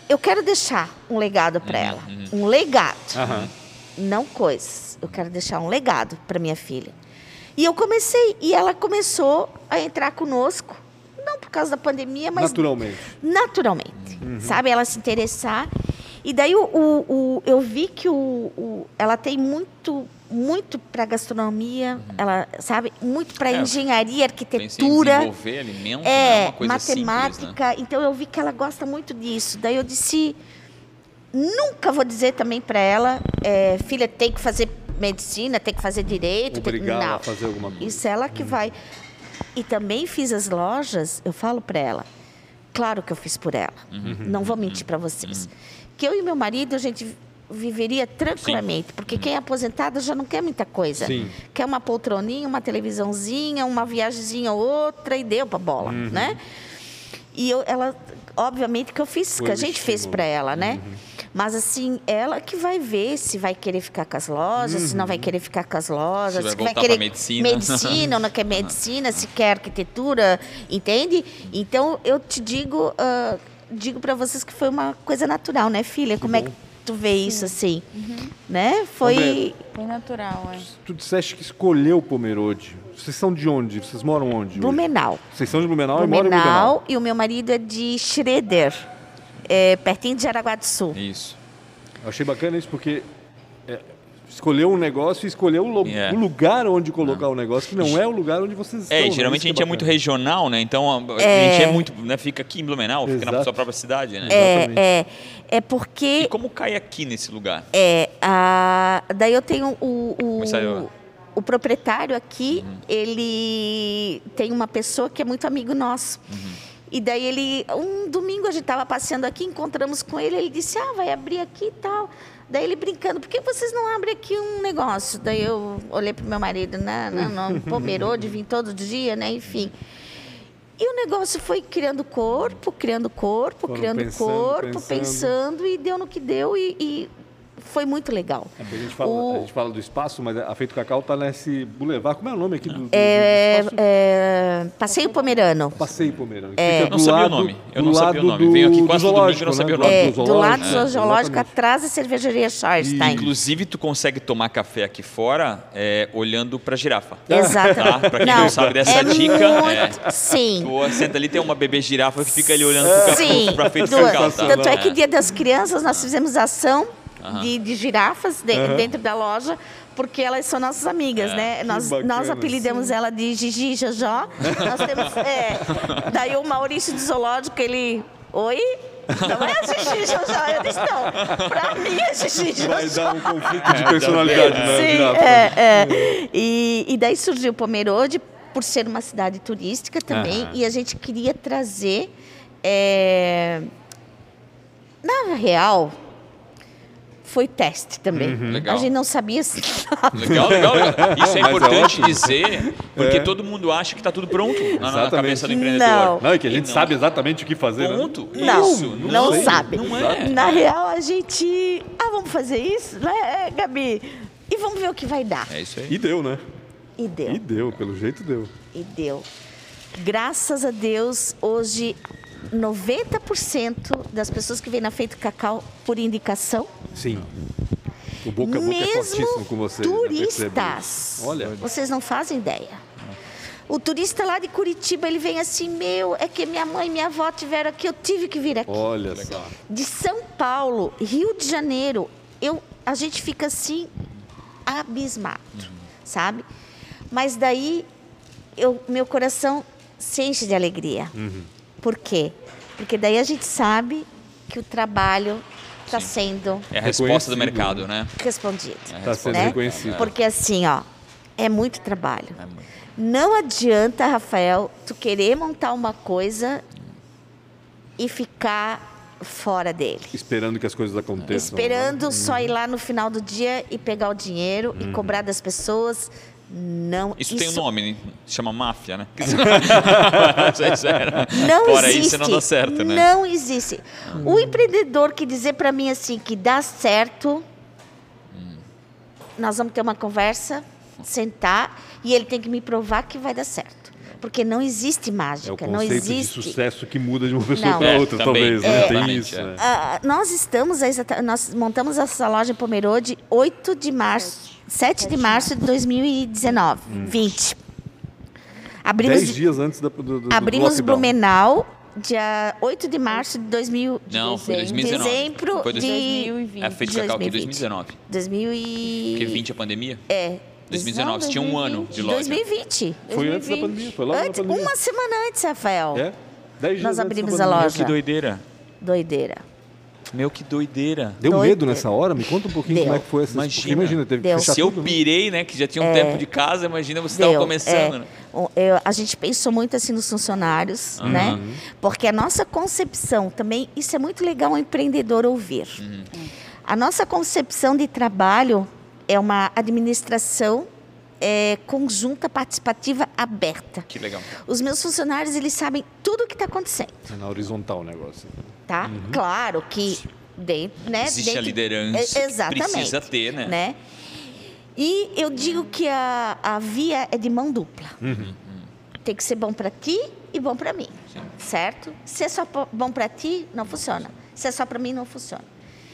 eu quero deixar um legado para ela. Um legado. Aham. Não coisas. Eu quero deixar um legado para minha filha. E eu comecei, e ela começou a entrar conosco, não por causa da pandemia, mas Naturalmente. naturalmente, sabe? Ela se interessar. E daí o, o, o- eu vi que o, o- ela tem muito, muito para gastronomia, ela sabe, muito para É, engenharia, Pensei em arquitetura. desenvolver alimento, não é É, uma coisa simples, né? matemática. Então eu vi que ela gosta muito disso. Daí eu disse, nunca vou dizer também para ela, é, filha, tem que fazer medicina, tem que fazer direito. Tem... Obrigar ela Não. a fazer alguma coisa. Isso é ela que vai. E também fiz as lojas, eu falo para ela, claro que eu fiz por ela. Não vou mentir para vocês. Que eu e meu marido, a gente viveria tranquilamente, porque quem é aposentado já não quer muita coisa. Sim. Quer uma poltroninha, uma televisãozinha, uma viagemzinha ou outra e deu para bola, né? E eu, ela, obviamente que eu fiz, Foi que a o gente fez estímulo. para ela, né? Mas assim, ela que vai ver se vai querer ficar com as lojas, se não vai querer ficar com as lojas, Se vai se vai voltar querer pra medicina. medicina ou não quer medicina, se quer arquitetura, entende? Então eu te digo, ah, digo para vocês que foi uma coisa natural, né, filha? Como é que tu vê isso assim, né? Foi Foi natural, é. Tu disseste que escolheu Pomerode. Vocês são de onde? Vocês moram onde? hoje? Blumenau. Vocês são de Blumenau, e moram em Blumenau. Blumenau e o meu marido é de Schroeder, é, pertinho de Jaraguá do Sul. Isso. Eu achei bacana isso porque é, escolheu um negócio e escolheu o, lo- É. o lugar onde colocar o negócio, que não é o lugar onde vocês estão. É, né? e geralmente Isso a gente que é muito bacana. regional, né? Então a, a gente é muito, né? Fica aqui em Blumenau, fica na Exato. sua própria cidade, né? Exatamente. É, é, é E porque como cai aqui nesse lugar? é, a, daí eu tenho o, o, Mas saiu- o proprietário aqui, ele tem uma pessoa que é muito amigo nosso. E daí ele, um domingo a gente estava passeando aqui, encontramos com ele, ele disse, ah, vai abrir aqui e tal. Daí ele brincando, por que vocês não abrem aqui um negócio? Daí eu olhei para o meu marido, não, não, não, Pomerode, vim todo dia, né, enfim. E o negócio foi criando corpo, criando corpo, Foram criando pensando, corpo, pensando. pensando, e deu no que deu, e, e foi muito legal. É porque a, gente fala, O- a gente fala do espaço, mas a Feito Cacau está nesse boulevard. Como é o nome aqui do, do, É, do espaço? é, Passeio Pomerano. Passeio Pomerano. que É. fica Eu não do sabia o lado- nome. Eu do não sabia o lado nome. Venho aqui do- quase do todo domingo e zoológico, não sabia o né? nome. É, Do do lado zoológico, do é, zoológico, exatamente. atrás da cervejaria Schorstein. Inclusive, tu consegue tomar café aqui fora é, olhando pra girafa. Exato. Tá? Pra quem não, sabe dessa é dica, muito, é, sim. tu senta ali, tem uma bebê girafa que fica ali olhando pro café, Sim, pra Feito duas. Cacau, tá? Tanto é que Dia das Crianças nós fizemos ação Aham. de, de girafas de- dentro da loja, porque elas são nossas amigas, né? Nós, bacana. nós apelidamos ela de Gigi e Jojó. Nós temos, é, daí o Maurício do Zoológico, ele... Oi? Não é a Gigi e Jojó. Eu disse, não, pra mim é Gigi e Jojó. Vai dar um conflito de personalidade, né? Sim, Girafa? é, é. E, e daí surgiu Pomerode, por ser uma cidade turística também, Aham. e a gente queria trazer... é, Na real, foi teste também. Legal. A gente não sabia se... Legal, legal, legal. Isso é Mas é importante ótimo. dizer, porque É. todo mundo acha que está tudo pronto na, na Exatamente. cabeça do Não. empreendedor. Não, é que a E gente não. sabe exatamente o que fazer, né? Ponto. Não, Isso, não, sei. sabe. Não é. Na real, a gente... Ah, vamos fazer isso, né, Gabi? E vamos ver o que vai dar. É isso aí. E deu, né? E deu. E deu, pelo jeito deu. E deu. Graças a Deus, hoje, noventa por cento das pessoas que vêm na Feito Cacau por indicação, Sim. O boca a boca é mesmo fortíssimo com vocês. né? Percebo turistas, isso. Olha, vocês não fazem ideia. O turista lá de Curitiba, ele vem assim, meu, é que minha mãe e minha avó tiveram aqui, eu tive que vir aqui. olha só. De São Paulo, Rio de Janeiro, eu, a gente fica assim, abismado, sabe? Mas daí, eu, meu coração se enche de alegria. Por quê? Porque daí a gente sabe que o trabalho está sendo É a resposta do Reconhecido. mercado, né? respondido. Está sendo né? reconhecido. Porque assim, ó, é muito trabalho. É muito. Não adianta, Rafael, tu querer montar uma coisa e ficar fora dele. Esperando que as coisas aconteçam. Esperando né? só ir lá no final do dia e pegar o dinheiro e cobrar das pessoas. Não, Isso, tem um nome, né? Se chama máfia, né? Sério. Não Fora existe. isso, não dá certo, né? Não existe. O empreendedor que dizer para mim assim que dá certo, nós vamos ter uma conversa, sentar e ele tem que me provar que vai dar certo. Porque não existe É o mágica, não conceito de existe. sucesso que muda de uma pessoa Não. para É, outra, também, talvez. é, Né? Tem exatamente, isso. é. né? Ah, nós estamos, a exata- nós montamos essa loja em Pomerode oito de março, sete de março de dois mil e dezenove, vinte. Abrimos, Dez dias antes da, do, do, do abrimos lockdown. Blumenau, dia oito de março de dois mil. Não, foi dois mil e dezenove. Dezembro Foi dois- de dois mil e vinte. É, feito de cacau aqui em dois mil e vinte. dezenove. dois mil e... Porque vinte a pandemia? É. dois mil e dezenove, tinha um ano de loja. dois mil e vinte. Foi antes da dois mil e vinte. pandemia, foi logo Antes, na pandemia. uma semana antes, Rafael. É? Dez dias Nós antes da abrimos a pandemia. loja. Que doideira. Doideira. Meu, que doideira. Deu Doido. medo nessa hora? Me conta um pouquinho Deu. como é que foi essa... Imagina. Porque imagina, teve Deu. que fechar Se eu tudo, né? pirei, né, que já tinha um tempo de casa, imagina você estava Deu, começando. é. né? O- eu- a gente pensou muito assim nos funcionários, né? Porque a nossa concepção também, isso é muito legal o empreendedor ouvir. A nossa concepção de trabalho é uma administração é, conjunta, participativa, aberta. Que legal. Os meus funcionários, eles sabem tudo o que está acontecendo, É na horizontal o negócio. tá? Claro que dentro, né? Existe a dentro- liderança é, que exatamente, precisa ter, né? E eu digo que a, a via é de mão dupla. Tem que ser bom para ti e bom para mim, certo? Se é só po- bom para ti, não funciona. Se é só para mim, não funciona.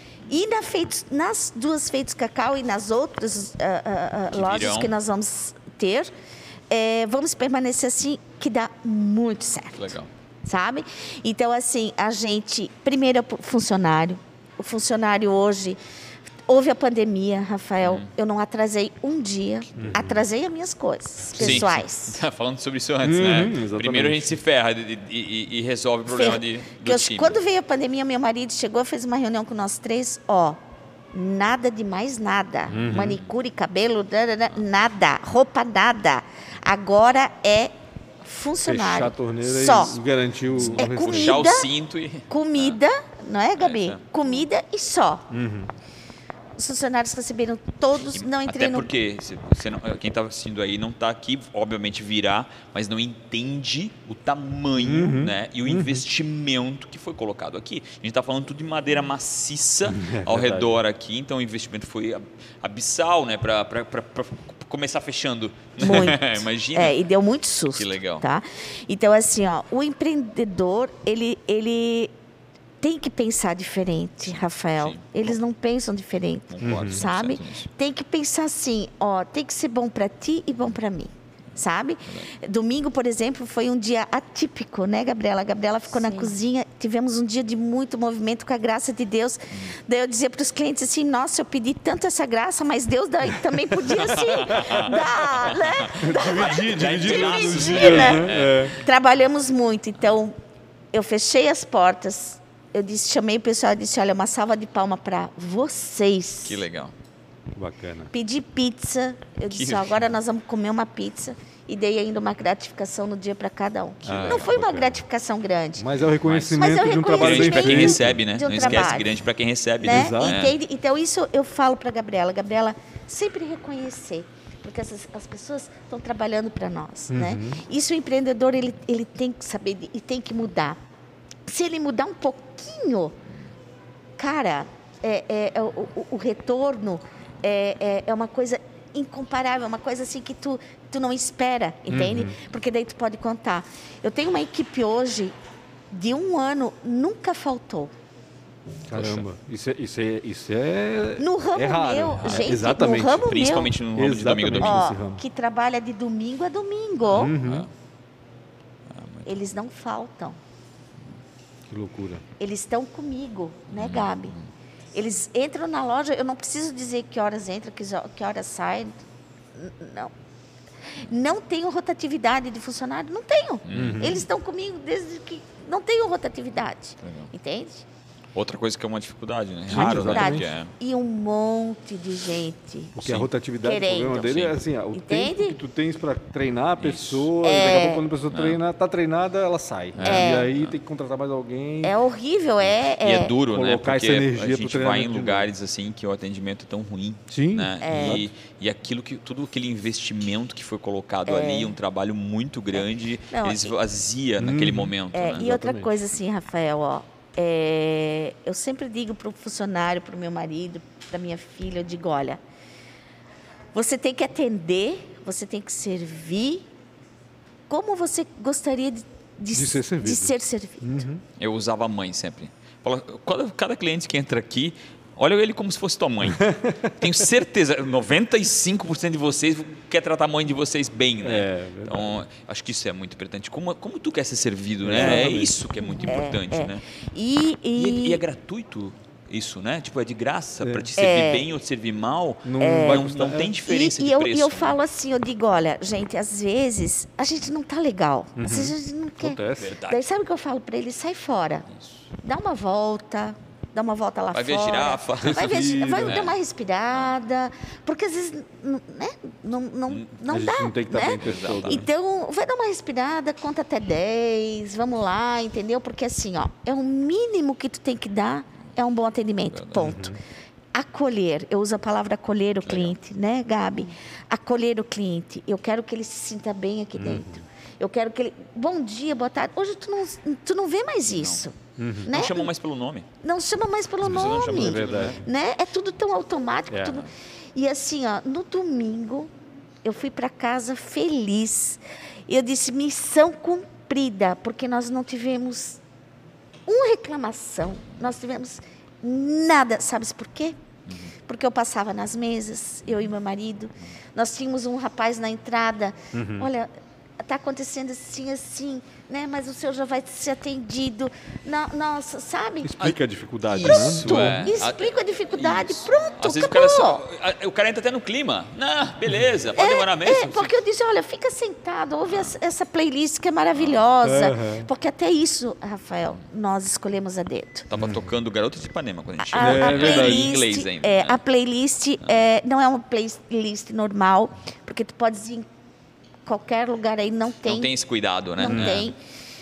E na feitos, nas duas Feitos Cacau e nas outras ah, ah, ah, Que lojas virão. que nós vamos ter, eh, vamos permanecer assim, que dá muito certo. Legal. Sabe? Então, assim, a gente, primeiro é o funcionário. O funcionário hoje, houve a pandemia, Rafael, Uhum. eu não atrasei um dia, atrasei as minhas coisas Sim. pessoais. Tá falando sobre isso antes, Uhum, né? exatamente. Primeiro a gente se ferra e, e- e resolve o problema de, Porque do eu- time. quando veio a pandemia, meu marido chegou, fez uma reunião com nós três, ó, nada de mais nada. Uhum. Manicure, cabelo, dadada, nada. Roupa, nada. Agora é funcionário. Fechar a torneira Só. e garantir o... É o restante. comida. Puxar o cinto e... Comida, não é, Gabi? É, é. Comida e só. Uhum. Os funcionários receberam todos, não entrei Até no... porque se você não- quem está assistindo aí não está aqui, obviamente virá, mas não entende o tamanho Uhum. né, e o investimento que foi colocado aqui. A gente está falando tudo de madeira maciça É ao verdade. redor aqui, então o investimento foi ab- abissal, né, para começar fechando. Muito. Imagina. É, e deu muito susto. Que legal. Tá? Então, assim, ó, o empreendedor, ele, ele tem que pensar diferente, Rafael. Sim. Eles não pensam diferente, Concordo, sabe? cem por cento nisso. Tem que pensar assim, ó, tem que ser bom para ti e bom para mim. Sabe? Domingo, por exemplo, foi um dia atípico, né, Gabriela? A Gabriela ficou na Sim. cozinha, tivemos um dia de muito movimento com a graça de Deus. Daí eu dizia para os clientes assim: nossa, eu pedi tanto essa graça, mas Deus daí também podia assim dar, né? Dar- Dividir, dividir Dividir, os dividir, dias, né? né? É. Trabalhamos muito, então eu fechei as portas. Eu disse, chamei o pessoal e disse: olha, uma salva de palma para vocês. Que legal. Bacana. Pedi pizza. Eu Que disse: ó, agora nós vamos comer uma pizza. E dei ainda uma gratificação no dia para cada um. Ah, não foi uma bacana. gratificação grande. Mas é o reconhecimento Mas é o de um trabalho bem Grande para quem feito. recebe, né? de um não esquece, trabalho. grande para quem recebe. Né? Exato. Entende? Então, isso eu falo para a Gabriela. Gabriela, sempre reconhecer. Porque essas, as pessoas estão trabalhando para nós. Né? Isso o empreendedor ele, ele tem que saber de- e tem que mudar. Se ele mudar um pouquinho, cara, é, é- é o, o- o retorno é, é- é uma coisa incomparável, uma coisa assim que tu, tu não espera, entende? Porque daí tu pode contar. Eu tenho uma equipe hoje de um ano, nunca faltou. Caramba, isso é, isso é, isso é, No ramo é raro. meu, Ah, gente, exatamente. no ramo Principalmente no ramo de domingo a Exatamente. domingo. Ó, nesse ramo. que trabalha de domingo a domingo. Uhum. Eles não faltam. Que loucura. Eles estão comigo, né, Uhum. Gabi? Eles entram na loja, eu não preciso dizer que horas entra, que, zo- que horas sai. N- Não. Não tenho rotatividade de funcionário, não tenho. Uhum. Eles estão comigo desde que não tenho rotatividade. Legal. Entende? Outra coisa que é uma dificuldade, né? Sim, Raro, né? dificuldade. Porque é- E um monte de gente. Porque a Sim. rotatividade, Querendo. o problema dele é assim, ó, o Entende? tempo que tu tens para treinar a pessoa, É. e daqui a pouco quando a pessoa treina, tá treinada, ela sai. É. E aí tem que contratar mais alguém. É horrível, é. E é duro, né? Colocar essa Porque energia a pro gente vai treinamento em de lugares assim que o atendimento é tão ruim. Sim, Né? É. E, e aquilo que tudo aquele investimento que foi colocado ali, um trabalho muito grande, Não, ele e- esvazia naquele momento. É, né? e outra Exatamente. coisa assim, Rafael, ó, é, eu sempre digo para o funcionário, para o meu marido, para minha filha, eu digo, olha, você tem que atender, você tem que servir como você gostaria de, de, De ser servido. de ser servido. Uhum. Eu usava a mãe sempre. Fala, cada, cada cliente que entra aqui, olha ele como se fosse tua mãe. Tenho certeza, noventa e cinco por cento de vocês quer tratar a mãe de vocês bem, né? É, então, acho que isso é muito importante. Como, como tu quer ser servido, né? Exatamente. É isso que é muito importante, é. né? E, E, e, e é gratuito isso, né? Tipo, é de graça. É. Para te servir bem ou te servir mal, Não não, vai não, custar. tem E, diferença e de eu, preço. e eu né? falo assim, eu digo, olha, gente, às vezes a gente não tá legal. Às vezes a gente não quer. Acontece. Verdade. Daí sabe o que eu falo para ele? Sai fora. Dá uma volta, dá uma volta lá Vai ver fora. girafa. Vai ver, Respira. vai É. dar uma respirada. Porque às vezes, não, né? Não, não, não a gente dá, não tem que estar né? bem o tempo todo. né? Então, vai dar uma respirada, conta até dez, vamos lá, entendeu? Porque assim, ó, é o mínimo que tu tem que dar, é um bom atendimento, ponto. Acolher, eu uso a palavra acolher o cliente, né, Gabi? Acolher o cliente, eu quero que ele se sinta bem aqui dentro. Eu quero que ele, bom dia, boa tarde. Hoje tu não, tu não vê mais isso, né? Não chamam mais pelo nome. Não chama mais pelo As pessoas não chamam, nome, é verdade. né? É tudo tão automático. É. Tudo... E assim, ó, no domingo, eu fui para casa feliz. Eu disse, missão cumprida, porque nós não tivemos uma reclamação, nós tivemos nada. Sabes por quê? Porque eu passava nas mesas, eu e meu marido. Nós tínhamos um rapaz na entrada. Olha, está acontecendo assim, assim, né? Mas o senhor já vai ser atendido. No- Nossa, sabe? Explica a dificuldade, Isso, né? é. Explica a dificuldade, Isso. pronto, Às vezes acabou. o cara, só, a- o cara entra até no clima. Não, beleza, pode demorar mesmo. É, porque eu disse, olha, fica sentado, ouve essa, essa playlist que é maravilhosa. Aham. Porque até isso, Rafael, nós escolhemos a dedo. Tava tocando Garota de Ipanema quando a gente A, chegou. É a verdade. playlist, Em inglês ainda. é, né? a playlist é, não é uma playlist normal, porque tu pode ir em qualquer lugar aí, não tem. Não tem esse cuidado, né? Não É. tem.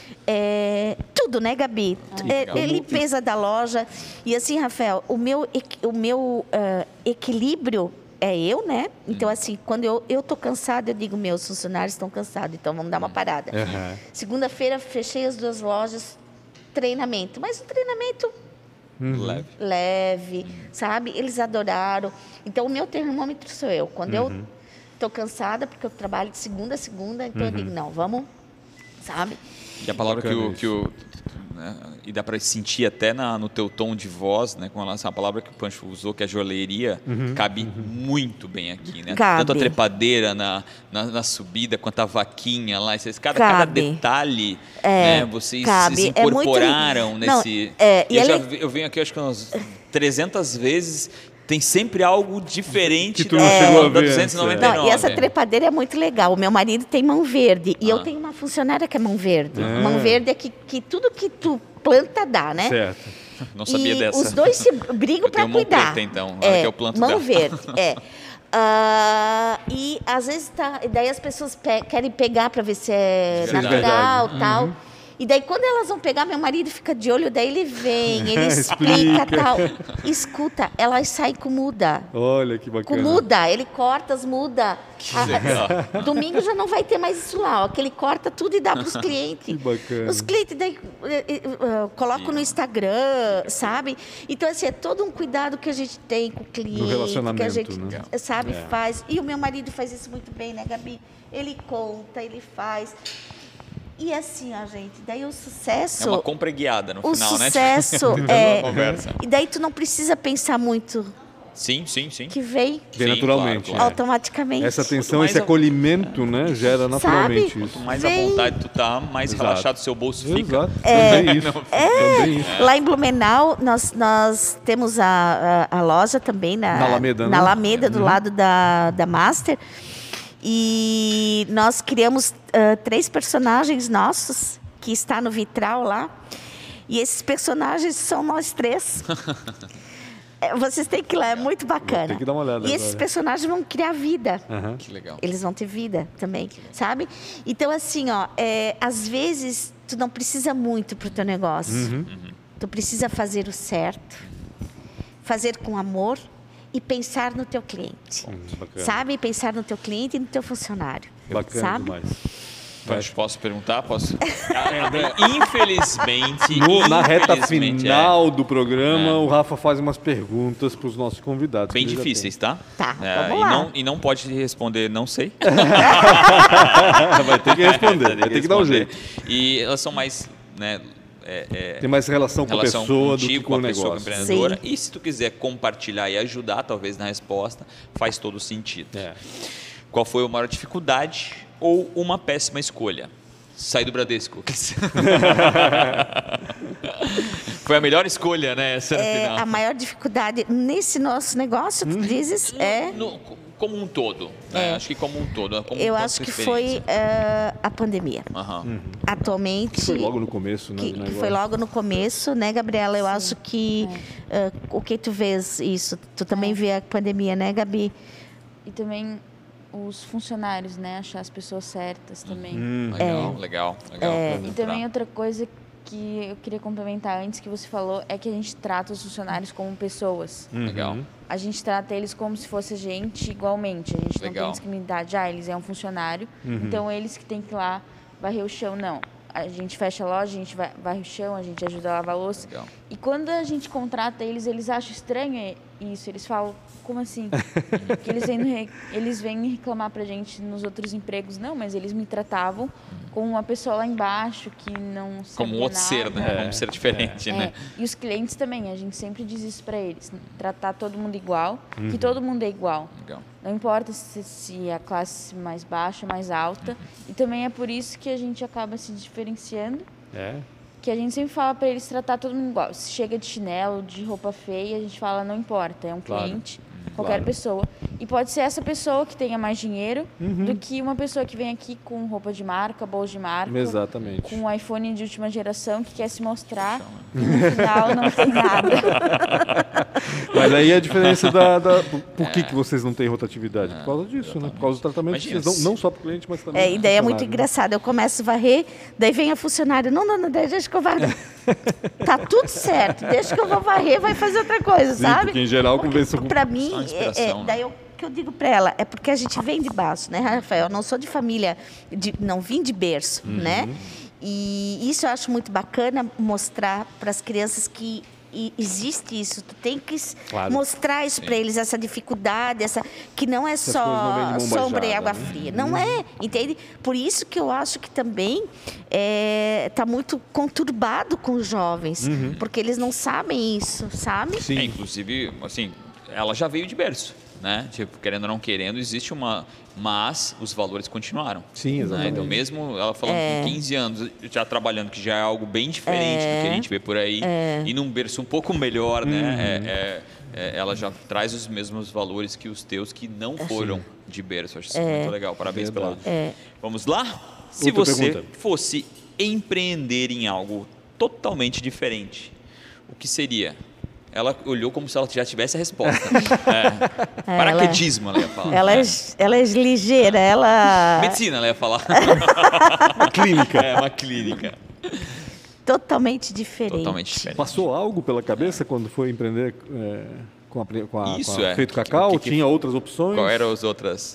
É, tudo, né, Gabi? É, legal. é limpeza da loja. E assim, Rafael, o meu, equi- o meu ah, equilíbrio é eu, né? Então, Hum. assim, quando eu, eu tô cansada, eu digo, meus funcionários estão cansados, então vamos dar Hum. uma parada. Aham. Segunda-feira, fechei as duas lojas, treinamento. Mas um treinamento Leve. leve, sabe? Eles adoraram. Então, o meu termômetro sou eu. Quando eu estou cansada, porque eu trabalho de segunda a segunda, então eu digo, não, vamos, sabe? E a palavra que Bacana o, que o né, e dá para sentir até na, no teu tom de voz, né, com relação à palavra que o Pancho usou, que é joalheria, cabe muito bem aqui, né? Cabe. Tanto a trepadeira na, na, na subida, quanto a vaquinha lá, esses, cada, cada Cabe. detalhe, É, né, vocês cabe. se É muito- incorporaram Não, nesse... é, e eu, já, ele- vi- eu venho aqui, acho que umas trezentas vezes, tem sempre algo diferente Que tu da, não chegou a da ver antes, duzentos e noventa e nove. Não, e essa trepadeira é muito legal. O meu marido tem mão verde. E Ah. eu tenho uma funcionária que é mão verde. Ah. Mão verde é que, que tudo que tu planta dá, né? Certo. Não sabia e dessa. os dois se brigam Eu para tenho mão cuidar. preta, então, na hora é, que eu planto mão dela. verde, é. Ah, e às vezes tá, daí as pessoas pe- querem pegar para ver se é Verdade. natural, Verdade. tal. E daí quando elas vão pegar, meu marido fica de olho, daí ele vem, ele explica, Explica. tal. Escuta, elas saem com muda. Olha que Com bacana. muda, ele corta as muda. Ah, legal. domingo já não vai ter mais isso lá, ó, que ele corta tudo e dá para os clientes. Que bacana. Os clientes daí eh, eh, eh, colocam no Instagram, sabe? Então, assim, é todo um cuidado que a gente tem com o cliente, que a relacionamento, gente, né? sabe, É. faz. E o meu marido faz isso muito bem, né, Gabi? Ele conta, ele faz. E assim, ó, gente, daí o sucesso... É uma compra guiada no o final, né? sucesso Tendo é... uma conversa. E daí tu não precisa pensar muito, Sim, sim, sim. que vem Vem Sim, naturalmente. claro, claro. automaticamente. Essa atenção, mais esse a- acolhimento, né, gera naturalmente Sabe? isso. Quanto mais Vem. à vontade tu tá, mais Exato. relaxado o seu bolso fica. Exato. Também isso. Também isso. Lá em Blumenau, nós, nós temos a, a, a loja também na, Na Alameda, né? na Alameda, do Uhum. lado da, da Master. E nós criamos ah, três personagens nossos, que está no vitral lá. E esses personagens são nós três. É, vocês têm que ir lá, é muito bacana. ter que dar uma olhada E esses agora. personagens vão criar vida. Aham. Que legal. Eles vão ter vida também, sabe? Então, assim, ó, é, às vezes, tu não precisa muito pro teu negócio. Uhum. Tu precisa fazer o certo, fazer com amor e pensar no teu cliente. Hum, bacana. Sabe? Pensar no teu cliente e no teu funcionário. Bacana sabe? demais. Posso, posso perguntar? Posso? Infelizmente, No, na reta infelizmente, final é. do programa, É. o Rafa faz umas perguntas para os nossos convidados. Bem que ele já difíceis, tá? Tá, É, vamos e, lá. não, e não pode responder, não sei. tem. Vai ter que responder, vai ter que dar um responder. jeito. E elas são mais, né, é, é, Tem mais relação com relação a pessoa do contigo, que com o a pessoa negócio. empreendedora. Sim. E se tu quiser compartilhar e ajudar, talvez, na resposta, faz todo sentido. É. Qual foi a maior dificuldade ou uma péssima escolha? Sai do Bradesco. Foi a melhor escolha, né? Essa no É, final. a maior dificuldade nesse nosso negócio, tu dizes, é... No- como um todo. Né? Acho que como um todo. Como Eu toda acho sua que foi experiência. eh, a pandemia. Aham. Atualmente... Foi logo no começo, né? que, do que negócio. foi logo no começo, né, Gabriela? Eu acho que eh, o que tu vês isso, tu também vê a pandemia, né, Gabi? E também os funcionários, né? Achar as pessoas certas também. Hum, Legal, legal, legal. E também outra coisa que eu queria complementar antes que você falou é que a gente trata os funcionários como pessoas. Legal. A gente trata eles como se fosse a gente igualmente. A gente não Legal. tem discriminidade. Ah, eles é um funcionário, então eles que tem que ir lá varrer o chão. Não. A gente fecha a loja, a gente vai- varre o chão, a gente ajuda a lavar a louça. Legal. E quando a gente contrata eles, eles acham estranho isso. Eles falam, como assim? Que eles vêm, re- eles vêm reclamar pra gente nos outros empregos. Não, mas eles me tratavam como uma pessoa lá embaixo que não sabia Como um outro nada. ser, né? Como um ser diferente, É, né? e os clientes também, a gente sempre diz isso para eles, tratar todo mundo igual, que todo mundo é igual. Legal. Não importa se, se a classe mais baixa, mais alta. E também é por isso que a gente acaba se diferenciando, É. que a gente sempre fala para eles tratar todo mundo igual. Se chega de chinelo, de roupa feia, a gente fala, não importa, é um Claro. cliente, qualquer Claro. pessoa. E pode ser essa pessoa que tenha mais dinheiro do que uma pessoa que vem aqui com roupa de marca, bolsa de marca, Exatamente. com um iPhone de última geração que quer se mostrar e no final não tem nada. Mas aí a diferença da... da por por que, que vocês não têm rotatividade? Por causa disso, né? Por causa do tratamento que Imagina vocês dão, se- não só para o cliente, mas também É, pro a ideia é muito funcionário, né? engraçada. Eu começo a varrer, daí vem a funcionária. Não, não, não, deixa que eu varro. Tá tudo certo, deixa que eu vou varrer, vai fazer outra coisa, Sim, sabe? porque em geral conversa com... Para mim, Só uma é, inspiração, é, né? daí eu, que eu digo para ela, é porque a gente vem de baixo, né, Rafael? Eu não sou de família, de, não vim de berço, Uhum. né? E isso eu acho muito bacana mostrar para as crianças que e existe isso, tu tem que s- Claro. mostrar isso para eles, essa dificuldade, essa que não é Essas coisas não vêm só de mão sombra e beijada, água né? fria, não é, entende? Por isso que eu acho que também está muito conturbado com os jovens, Uhum. porque eles não sabem isso, sabe? É, Sim. inclusive, assim, ela já veio de berço, né? Tipo, querendo ou não querendo, existe uma... Mas os valores continuaram. Sim, né? exatamente. Então, mesmo ela falando É. com quinze anos, já trabalhando, que já é algo bem diferente do que a gente vê por aí, e num berço um pouco melhor, Uhum. né? É, é, é, ela já traz os mesmos valores que os teus que não foram de berço. Acho isso muito legal. Parabéns pela... Verdade. É. Vamos lá? Se Outra você pergunta. fosse empreender em algo totalmente diferente, o que seria? Ela olhou como se ela já tivesse a resposta. É. Paraquedismo, ela ia falar. Ela é, ela é ligeira, ela Medicina, ela ia falar. Clínica. É, uma clínica. totalmente diferente. Totalmente diferente. Passou algo pela cabeça quando foi empreender é, com a, com a, Isso, com a é. Feito Que- Cacau? que- que- Tinha outras opções? Qual eram as outras?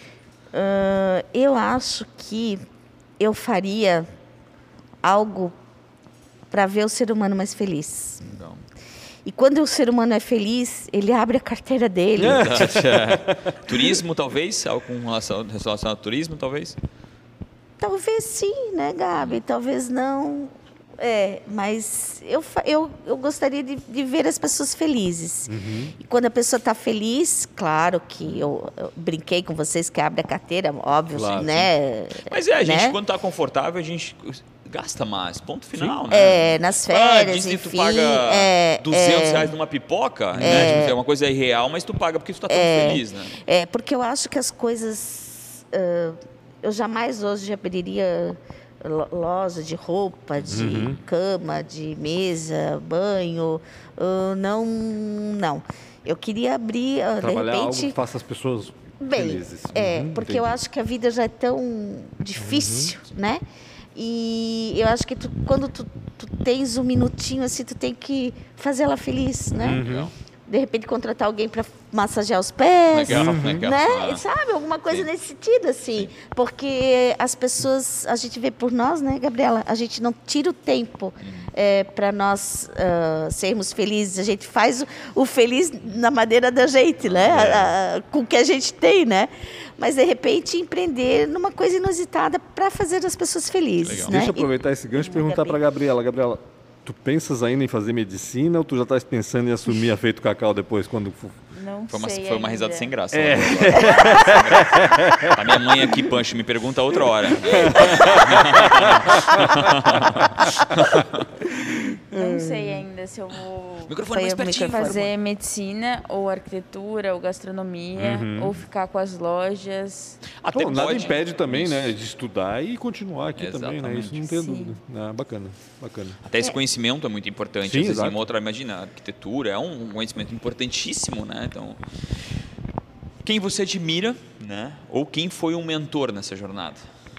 Ah, eu acho que eu faria algo para ver o ser humano mais feliz. Não. E quando o ser humano é feliz, ele abre a carteira dele. É. Turismo, talvez? Algo com relação, relacionado ao turismo, talvez? Talvez sim, né, Gabi? Talvez não. É, mas eu, fa- eu, eu gostaria de, de ver as pessoas felizes. E quando a pessoa está feliz, claro que eu, eu brinquei com vocês que abre a carteira, óbvio, Claro, né? Mas é, a gente, né? quando tá confortável, a gente gasta mais. Ponto final, né? É, nas Ah, férias, diz que tu enfim. paga é, duzentos é, reais numa pipoca, né? Tipo, é uma coisa irreal, mas tu paga porque tu tá tão feliz, né? É, porque eu acho que as coisas... ah, eu jamais hoje abriria lo- loja de roupa, de cama, de mesa, banho. ah, não, não. Eu queria abrir, ah, de Trabalhar algo repente... que faça as pessoas Bem, felizes. é, Uhum, porque eu entendi. acho que a vida já é tão difícil, né? E eu acho que tu, quando tu, tu tens um minutinho assim, tu tem que fazer ela feliz, né? Legal. de repente contratar alguém para massagear os pés, Legal, né? legal. Ah. Sabe, alguma coisa Sim. nesse sentido, assim. Porque as pessoas, a gente vê por nós, né, Gabriela? A gente não tira o tempo é, para nós uh, sermos felizes. A gente faz o, o feliz na maneira da gente, né? É. A- a- com o que a gente tem, né? Mas, de repente, empreender numa coisa inusitada para fazer as pessoas felizes, Legal. né? Deixa eu aproveitar esse gancho e perguntar para a Gabriela. Gabriela, tu pensas ainda em fazer medicina ou tu já estás pensando em assumir a Feito Cacau depois, quando for? Não Foi uma, sei foi uma risada ainda. sem graça. É. Sem graça. A minha mãe aqui, Pancho, me pergunta outra hora. Não sei ainda se eu vou Microfone mais Foi o pertinho. microfone. fazer medicina ou arquitetura ou gastronomia ou ficar com as lojas. Até Pô, nada pode. impede também, Isso. né, de estudar e continuar aqui também, né? Isso não tem Sim. dúvida. Ah, bacana, bacana. Até esse conhecimento é muito importante. Sim, Às vezes, em exato. uma outra, imagina, a arquitetura é um conhecimento importantíssimo, né? Então, quem você admira, né? Ou quem foi um mentor nessa jornada?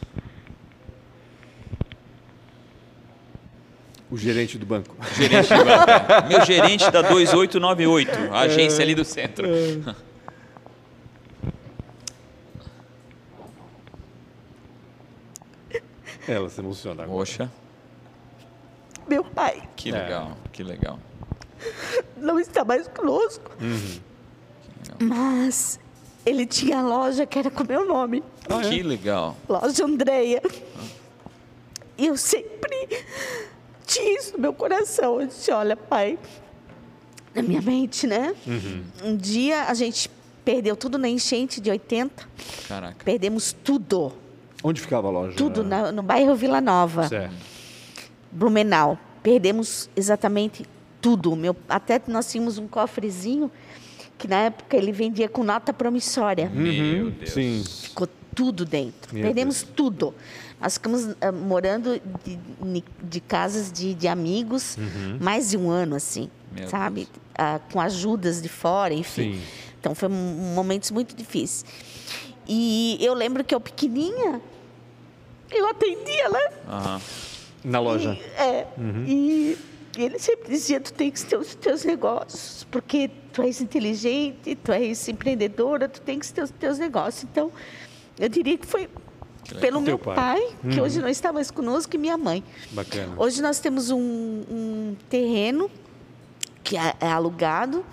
O gerente do banco. Gerente do banco. é. Meu gerente da dois oito nove oito, a agência ali do centro. Ela se emociona agora. Poxa, Meu pai que É. legal, que legal. não está mais conosco. Mas ele tinha a loja que era com meu nome. Ah, é? Que legal. Loja Andreia. E eu sempre tinha isso no meu coração. Eu disse, olha, pai, na minha mente, né? Um dia a gente perdeu tudo na enchente de oitenta. Caraca. Perdemos tudo. Onde ficava a loja? Tudo na- no bairro Vila Nova, Certo. Blumenau. Perdemos exatamente tudo. Meu, até nós tínhamos um cofrezinho que na época ele vendia com nota promissória. Meu Uhum, Deus. sim. Ficou tudo dentro. Meu Perdemos tudo. Nós ficamos ah, morando de, ni- de casas de, de amigos mais de um ano, assim, Meu sabe? Ah, com ajudas de fora, enfim. Sim. Então, foi um- momentos muito difíceis. E eu lembro que eu pequenininha, eu atendia, né? Aham. Na loja. É, e ele sempre dizia, tu tem que ter os teus negócios, porque tu és inteligente, tu és empreendedora, tu tem que ter os teus negócios. Então, eu diria que foi pelo Teu meu pai. pai, que hoje não está mais conosco, e minha mãe. Bacana. Hoje nós temos um, um terreno que é, é alugado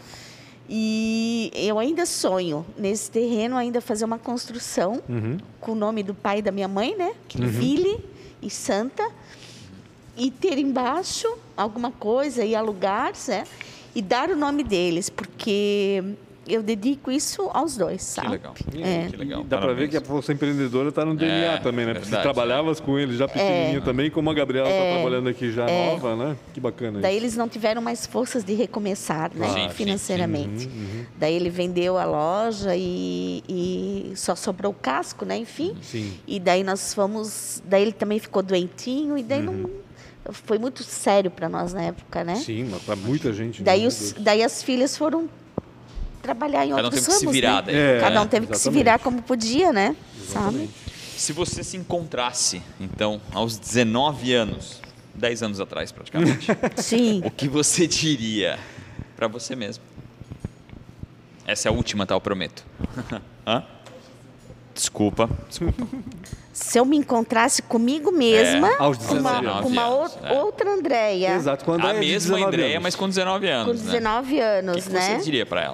e eu ainda sonho nesse terreno ainda fazer uma construção com o nome do pai e da minha mãe, né? Ville e Santa, e ter embaixo alguma coisa e alugar, né? E dar o nome deles, porque eu dedico isso aos dois, Que sabe? legal. É. Que legal. Dá para ver que a força empreendedora está no D N A É, também, né? Porque você verdade. trabalhavas com ele já pequenininho também, como a Gabriela está trabalhando aqui já nova, né? Que bacana Daí isso. eles não tiveram mais forças de recomeçar, né, Sim, sim, financeiramente. Daí ele vendeu a loja e, e só sobrou o casco, né, enfim. Sim. E daí nós fomos, daí ele também ficou doentinho e daí não foi muito sério para nós na época, né? Sim, mas para muita gente. Daí né? os, daí as filhas foram trabalhar em Cada um outros teve que se ramos, virar né? daí. É, Cada um teve que se exatamente. virar como podia, né? Sabe? Se você se encontrasse, então, aos dezenove anos, dez anos atrás praticamente, Sim. o que você diria para você mesmo? Essa é a última, tá? Eu prometo. Hã? Desculpa, desculpa. Se eu me encontrasse comigo mesma, É, aos com uma, dezenove com uma anos, ou- é. outra Andréia, Exato, quando A é mesma dezenove Andréia, anos. mas com dezenove anos, com né? dezenove O anos, que, que né? você diria para ela?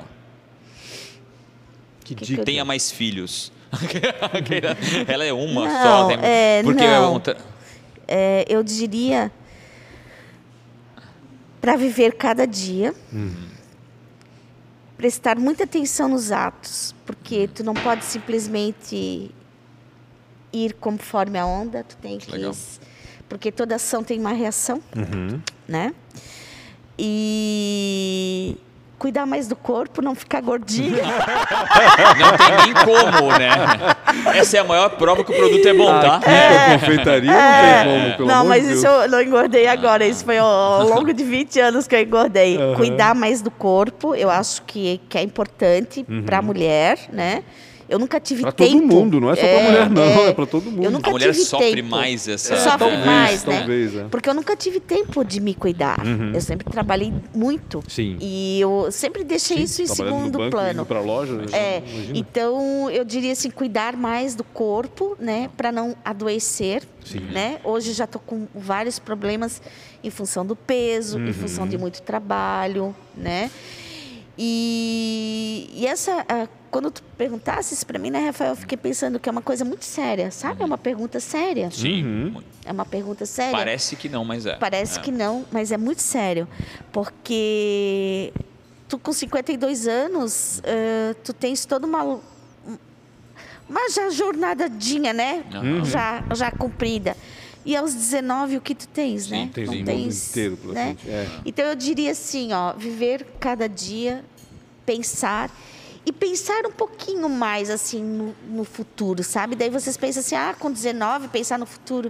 Que que dica. eu- Tenha mais filhos. Ela é uma Não, só. Tem... é, Porque é não. outra... É, eu diria para viver cada dia, prestar muita atenção nos atos, porque tu não pode simplesmente ir conforme a onda, tu tem que, Legal. porque toda ação tem uma reação, né? E cuidar mais do corpo, não ficar gordinha. Não tem nem como, né? Essa é a maior prova que o produto é bom, tá? Aqui na confeitaria não tem como, pelo Não, amor mas de isso Deus. eu não engordei agora. Isso foi ao, ao longo de vinte anos que eu engordei. Cuidar mais do corpo, eu acho que, que é importante para a mulher, né? Eu nunca tive pra tempo. Para todo mundo, não é só para mulher, não, é, é para todo mundo. Eu nunca a mulher tive sofre tempo. mais essa... Sofre talvez, mais, né? talvez, é. Porque eu nunca tive tempo de me cuidar. Uhum. Eu sempre trabalhei muito. Sim. E eu sempre deixei Sim, isso em trabalhando no segundo banco, plano. indo para a loja, É, imagina. então eu diria assim, cuidar mais do corpo, né, para não adoecer, Sim. né? Hoje já tô com vários problemas em função do peso, Uhum. em função de muito trabalho, né? E, e essa, ah, quando tu perguntasse isso para mim, né, Rafael, eu fiquei pensando que é uma coisa muito séria, sabe? É uma pergunta séria. Sim, Uhum. muito. É uma pergunta séria. Parece que não, mas é. Parece É. que não, mas é muito sério. Porque tu com cinquenta e dois anos, uh, tu tens toda uma, uma já jornadinha, né? Uhum. Já, já cumprida. E aos dezenove, o que tu tens, Sim, né? tens Não um mundo tens, inteiro pela né? frente, é. Então eu diria assim, ó, viver cada dia, pensar e pensar um pouquinho mais assim no, no futuro, sabe? Daí vocês pensam assim, ah, com dezenove, pensar no futuro.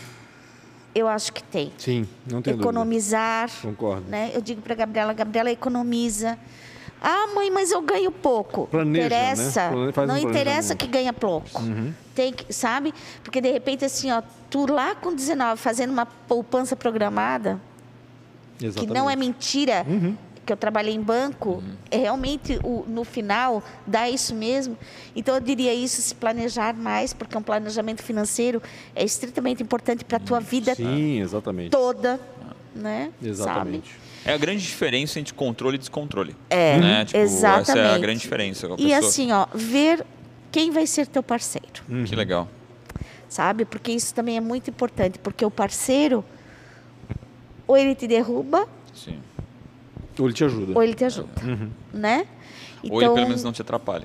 Eu acho que tem. Sim, não tem Economizar, dúvida. Concordo. né? Eu digo para Gabriela, Gabriela economiza. Ah, mãe, mas eu ganho pouco. Planeja, interessa. né? Faz um Não interessa planejamento. que ganha pouco. Uhum. Tem que, sabe? Porque de repente assim, ó, tu lá com dezenove fazendo uma poupança programada, Exatamente. que não é mentira, Uhum. que eu trabalhei em banco, é realmente o, no final dá isso mesmo. Então eu diria isso, se planejar mais, porque um planejamento financeiro é estritamente importante para a tua vida Sim, exatamente. toda, né? Exatamente. Sabe? É a grande diferença entre controle e descontrole. É, né? Tipo, exatamente. Essa é a grande diferença. A E pessoa- assim, ó, ver quem vai ser teu parceiro, Que legal. sabe? Porque isso também é muito importante, porque o parceiro, ou ele te derruba, Sim. Ou ele te ajuda. ou ele te ajuda, né? Então, Ou ele pelo menos não te atrapalha.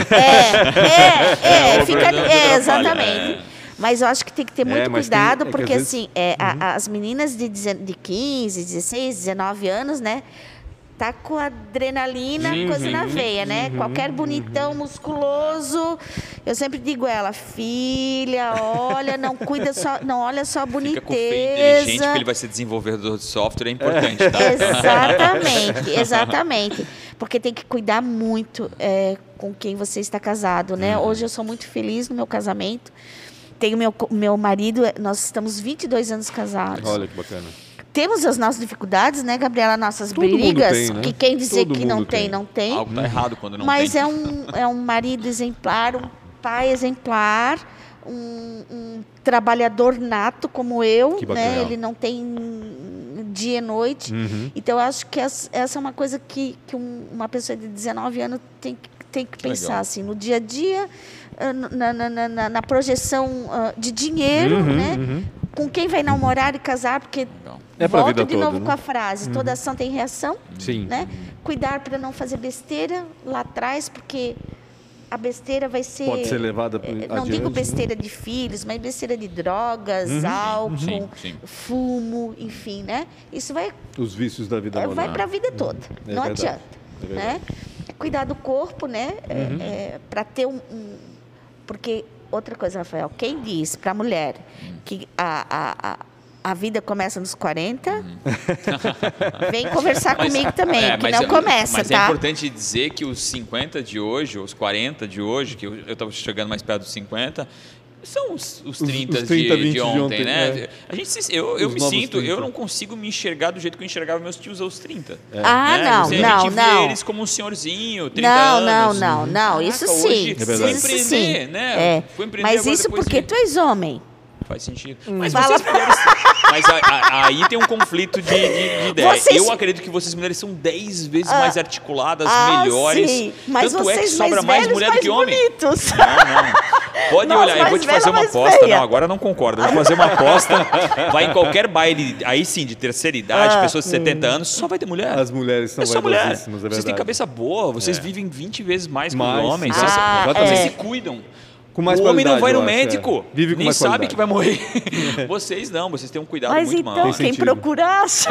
É, é, é, Ou fica, pelo menos não te é, atrapalha, exatamente. é. Mas eu acho que tem que ter muito É, mas tem- cuidado, é que porque às vezes- assim, é, a- as meninas de, dezen- de quinze, dezesseis, dezenove anos, né? Tá com adrenalina, Uhum, coisa na veia, né? Qualquer bonitão, musculoso. Eu sempre digo ela, filha, olha, não cuida só, não olha só a Fica com o feio boniteza. inteligente, porque ele vai ser desenvolvedor de software, é importante, tá? Exatamente, exatamente. Porque tem que cuidar muito é, com quem você está casado, né? Uhum. Hoje eu sou muito feliz no meu casamento. Tenho meu, co- meu marido, nós estamos vinte e dois anos casados. Olha que bacana. Temos as nossas dificuldades, né, Gabriela? Nossas Todo mundo brigas. tem, né? Que quem dizer Todo que não mundo tem, tem. não tem. Algo tá errado quando não Mas tem. é um, é um marido exemplar, um pai exemplar, um, um trabalhador nato como eu, Que né? bacana. Ele não tem dia e noite. Uhum. Então, eu acho que essa, essa é uma coisa que, que um- uma pessoa de dezenove anos tem, que- tem que Que pensar, legal. assim, no dia a dia, ah, na, na, na- na- na projeção ah, de dinheiro, Uhum, né? uhum. Com quem vai namorar e casar, porque Legal. É pra volto vida de toda, novo né? com a frase, toda ação tem reação, Sim. né? Cuidar para não fazer besteira lá atrás, porque a besteira vai ser... Pode ser levada por- eh, Não adiante, digo né? besteira de filhos, mas besteira de drogas, álcool, Sim, sim. fumo, enfim, né? Isso vai, Os vícios da vida é, vai moderna. para a vida toda, É não verdade, adianta, é verdade. né? Cuidar do corpo, né? Para ter um, um... Porque, outra coisa, Rafael, quem diz para a mulher que a, a, a, a vida começa nos quarenta, vem conversar Mas- comigo também, é, que mas não é- começa, Mas é tá? importante dizer que os cinquenta de hoje, os quarenta de hoje, que eu estava chegando mais perto dos cinquenta, são os, os trinta, os trinta, de, vinte de de ontem, ontem, né? é. A gente, se- eu eu Os me novos sinto, eu trinta. não consigo me enxergar do jeito que eu enxergava meus tios aos trinta. Ah, né? não, Você- não, A gente vê não. eles como um senhorzinho, trinta Não, anos. não, não, não, isso Caraca, sim. hoje É verdade. Isso Fui sim. empreender, né? É. Fui empreender Mas agora isso depois porque de- tu és homem. Faz sentido. Mas Fala- vocês mulheres... Mas a- a- aí tem um conflito de, de, de ideia. Vocês- Eu acredito que vocês mulheres são dez vezes mais articuladas, Ah, melhores. sim. Mas Tanto é que vocês sobra mais mais, velhos, mulher do mais que homem. bonitos. Não, não. Pode Nós olhar, eu vou mais te fazer velha, uma mais aposta. feia. Não, agora eu não concordo. Eu vou fazer uma aposta. Vai em qualquer baile, aí sim, de terceira idade, Ah, pessoas de setenta anos, só vai ter mulher. As mulheres são É só mulher. vaidosíssimas, é Vocês têm verdade. cabeça boa, vocês É. vivem vinte vezes mais que Mais, os homens. ah, Vocês, exatamente. vocês é. se cuidam. Com mais o homem não qualidade, vai no eu acho, é. médico, Vive com nem mais sabe qualidade. que vai morrer. Vocês não, vocês têm um cuidado Mas muito então, maior. Tem quem sentido. procura acha.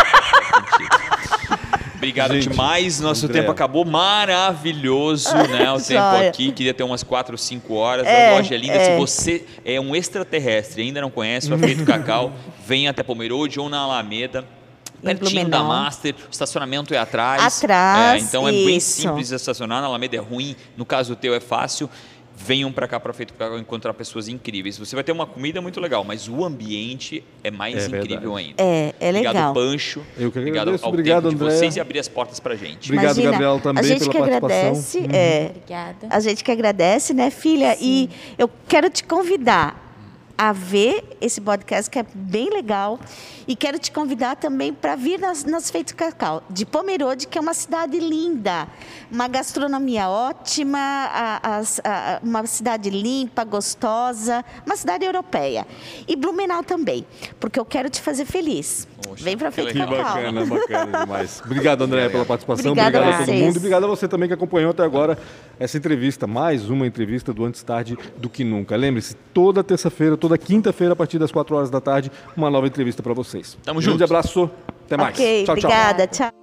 Obrigado Gente, demais, nosso André. tempo acabou maravilhoso, né? O tempo Joia. aqui, queria ter umas quatro, cinco horas. É, a loja é linda. é. Se você é um extraterrestre e ainda não conhece o Feito Cacau, venha até Pomerode ou na Alameda. Pertinho da Blumenau. Master, o estacionamento é atrás. Atrás, É, então é bem isso. simples de estacionar, na Alameda é ruim, no caso teu é fácil. Venham para cá para Feito para encontrar pessoas incríveis. Você vai ter uma comida muito legal, mas o ambiente é mais É incrível verdade. ainda. É, é legal. Obrigado, Pancho. Eu que Obrigado agradeço. ao Obrigado, tempo de Andréa. vocês e abrir as portas para gente. Obrigado, Imagina, Gabriela, também a gente pela que participação. agradece, Uhum. é, Obrigada. a gente que agradece, né, filha? E eu quero te convidar a ver esse podcast que é bem legal e quero te convidar também para vir nas, nas Feitos Cacau de Pomerode, que é uma cidade linda, uma gastronomia ótima, a, a, a, uma cidade limpa, gostosa, uma cidade europeia. E Blumenau também, porque eu quero te fazer feliz. Poxa, Vem para que Feito Que legal. Cacau. bacana, bacana demais. Obrigado, André, pela participação. Obrigada Obrigado a a todo vocês. mundo. E obrigado a você também que acompanhou até agora essa entrevista, mais uma entrevista do Antes Tarde do que Nunca. Lembre-se, toda terça-feira, toda quinta-feira, a partir das quatro horas da tarde, uma nova entrevista para vocês. Tamo Um grande junto. abraço. Até mais. Ok, Tchau, tchau. obrigada. Tchau.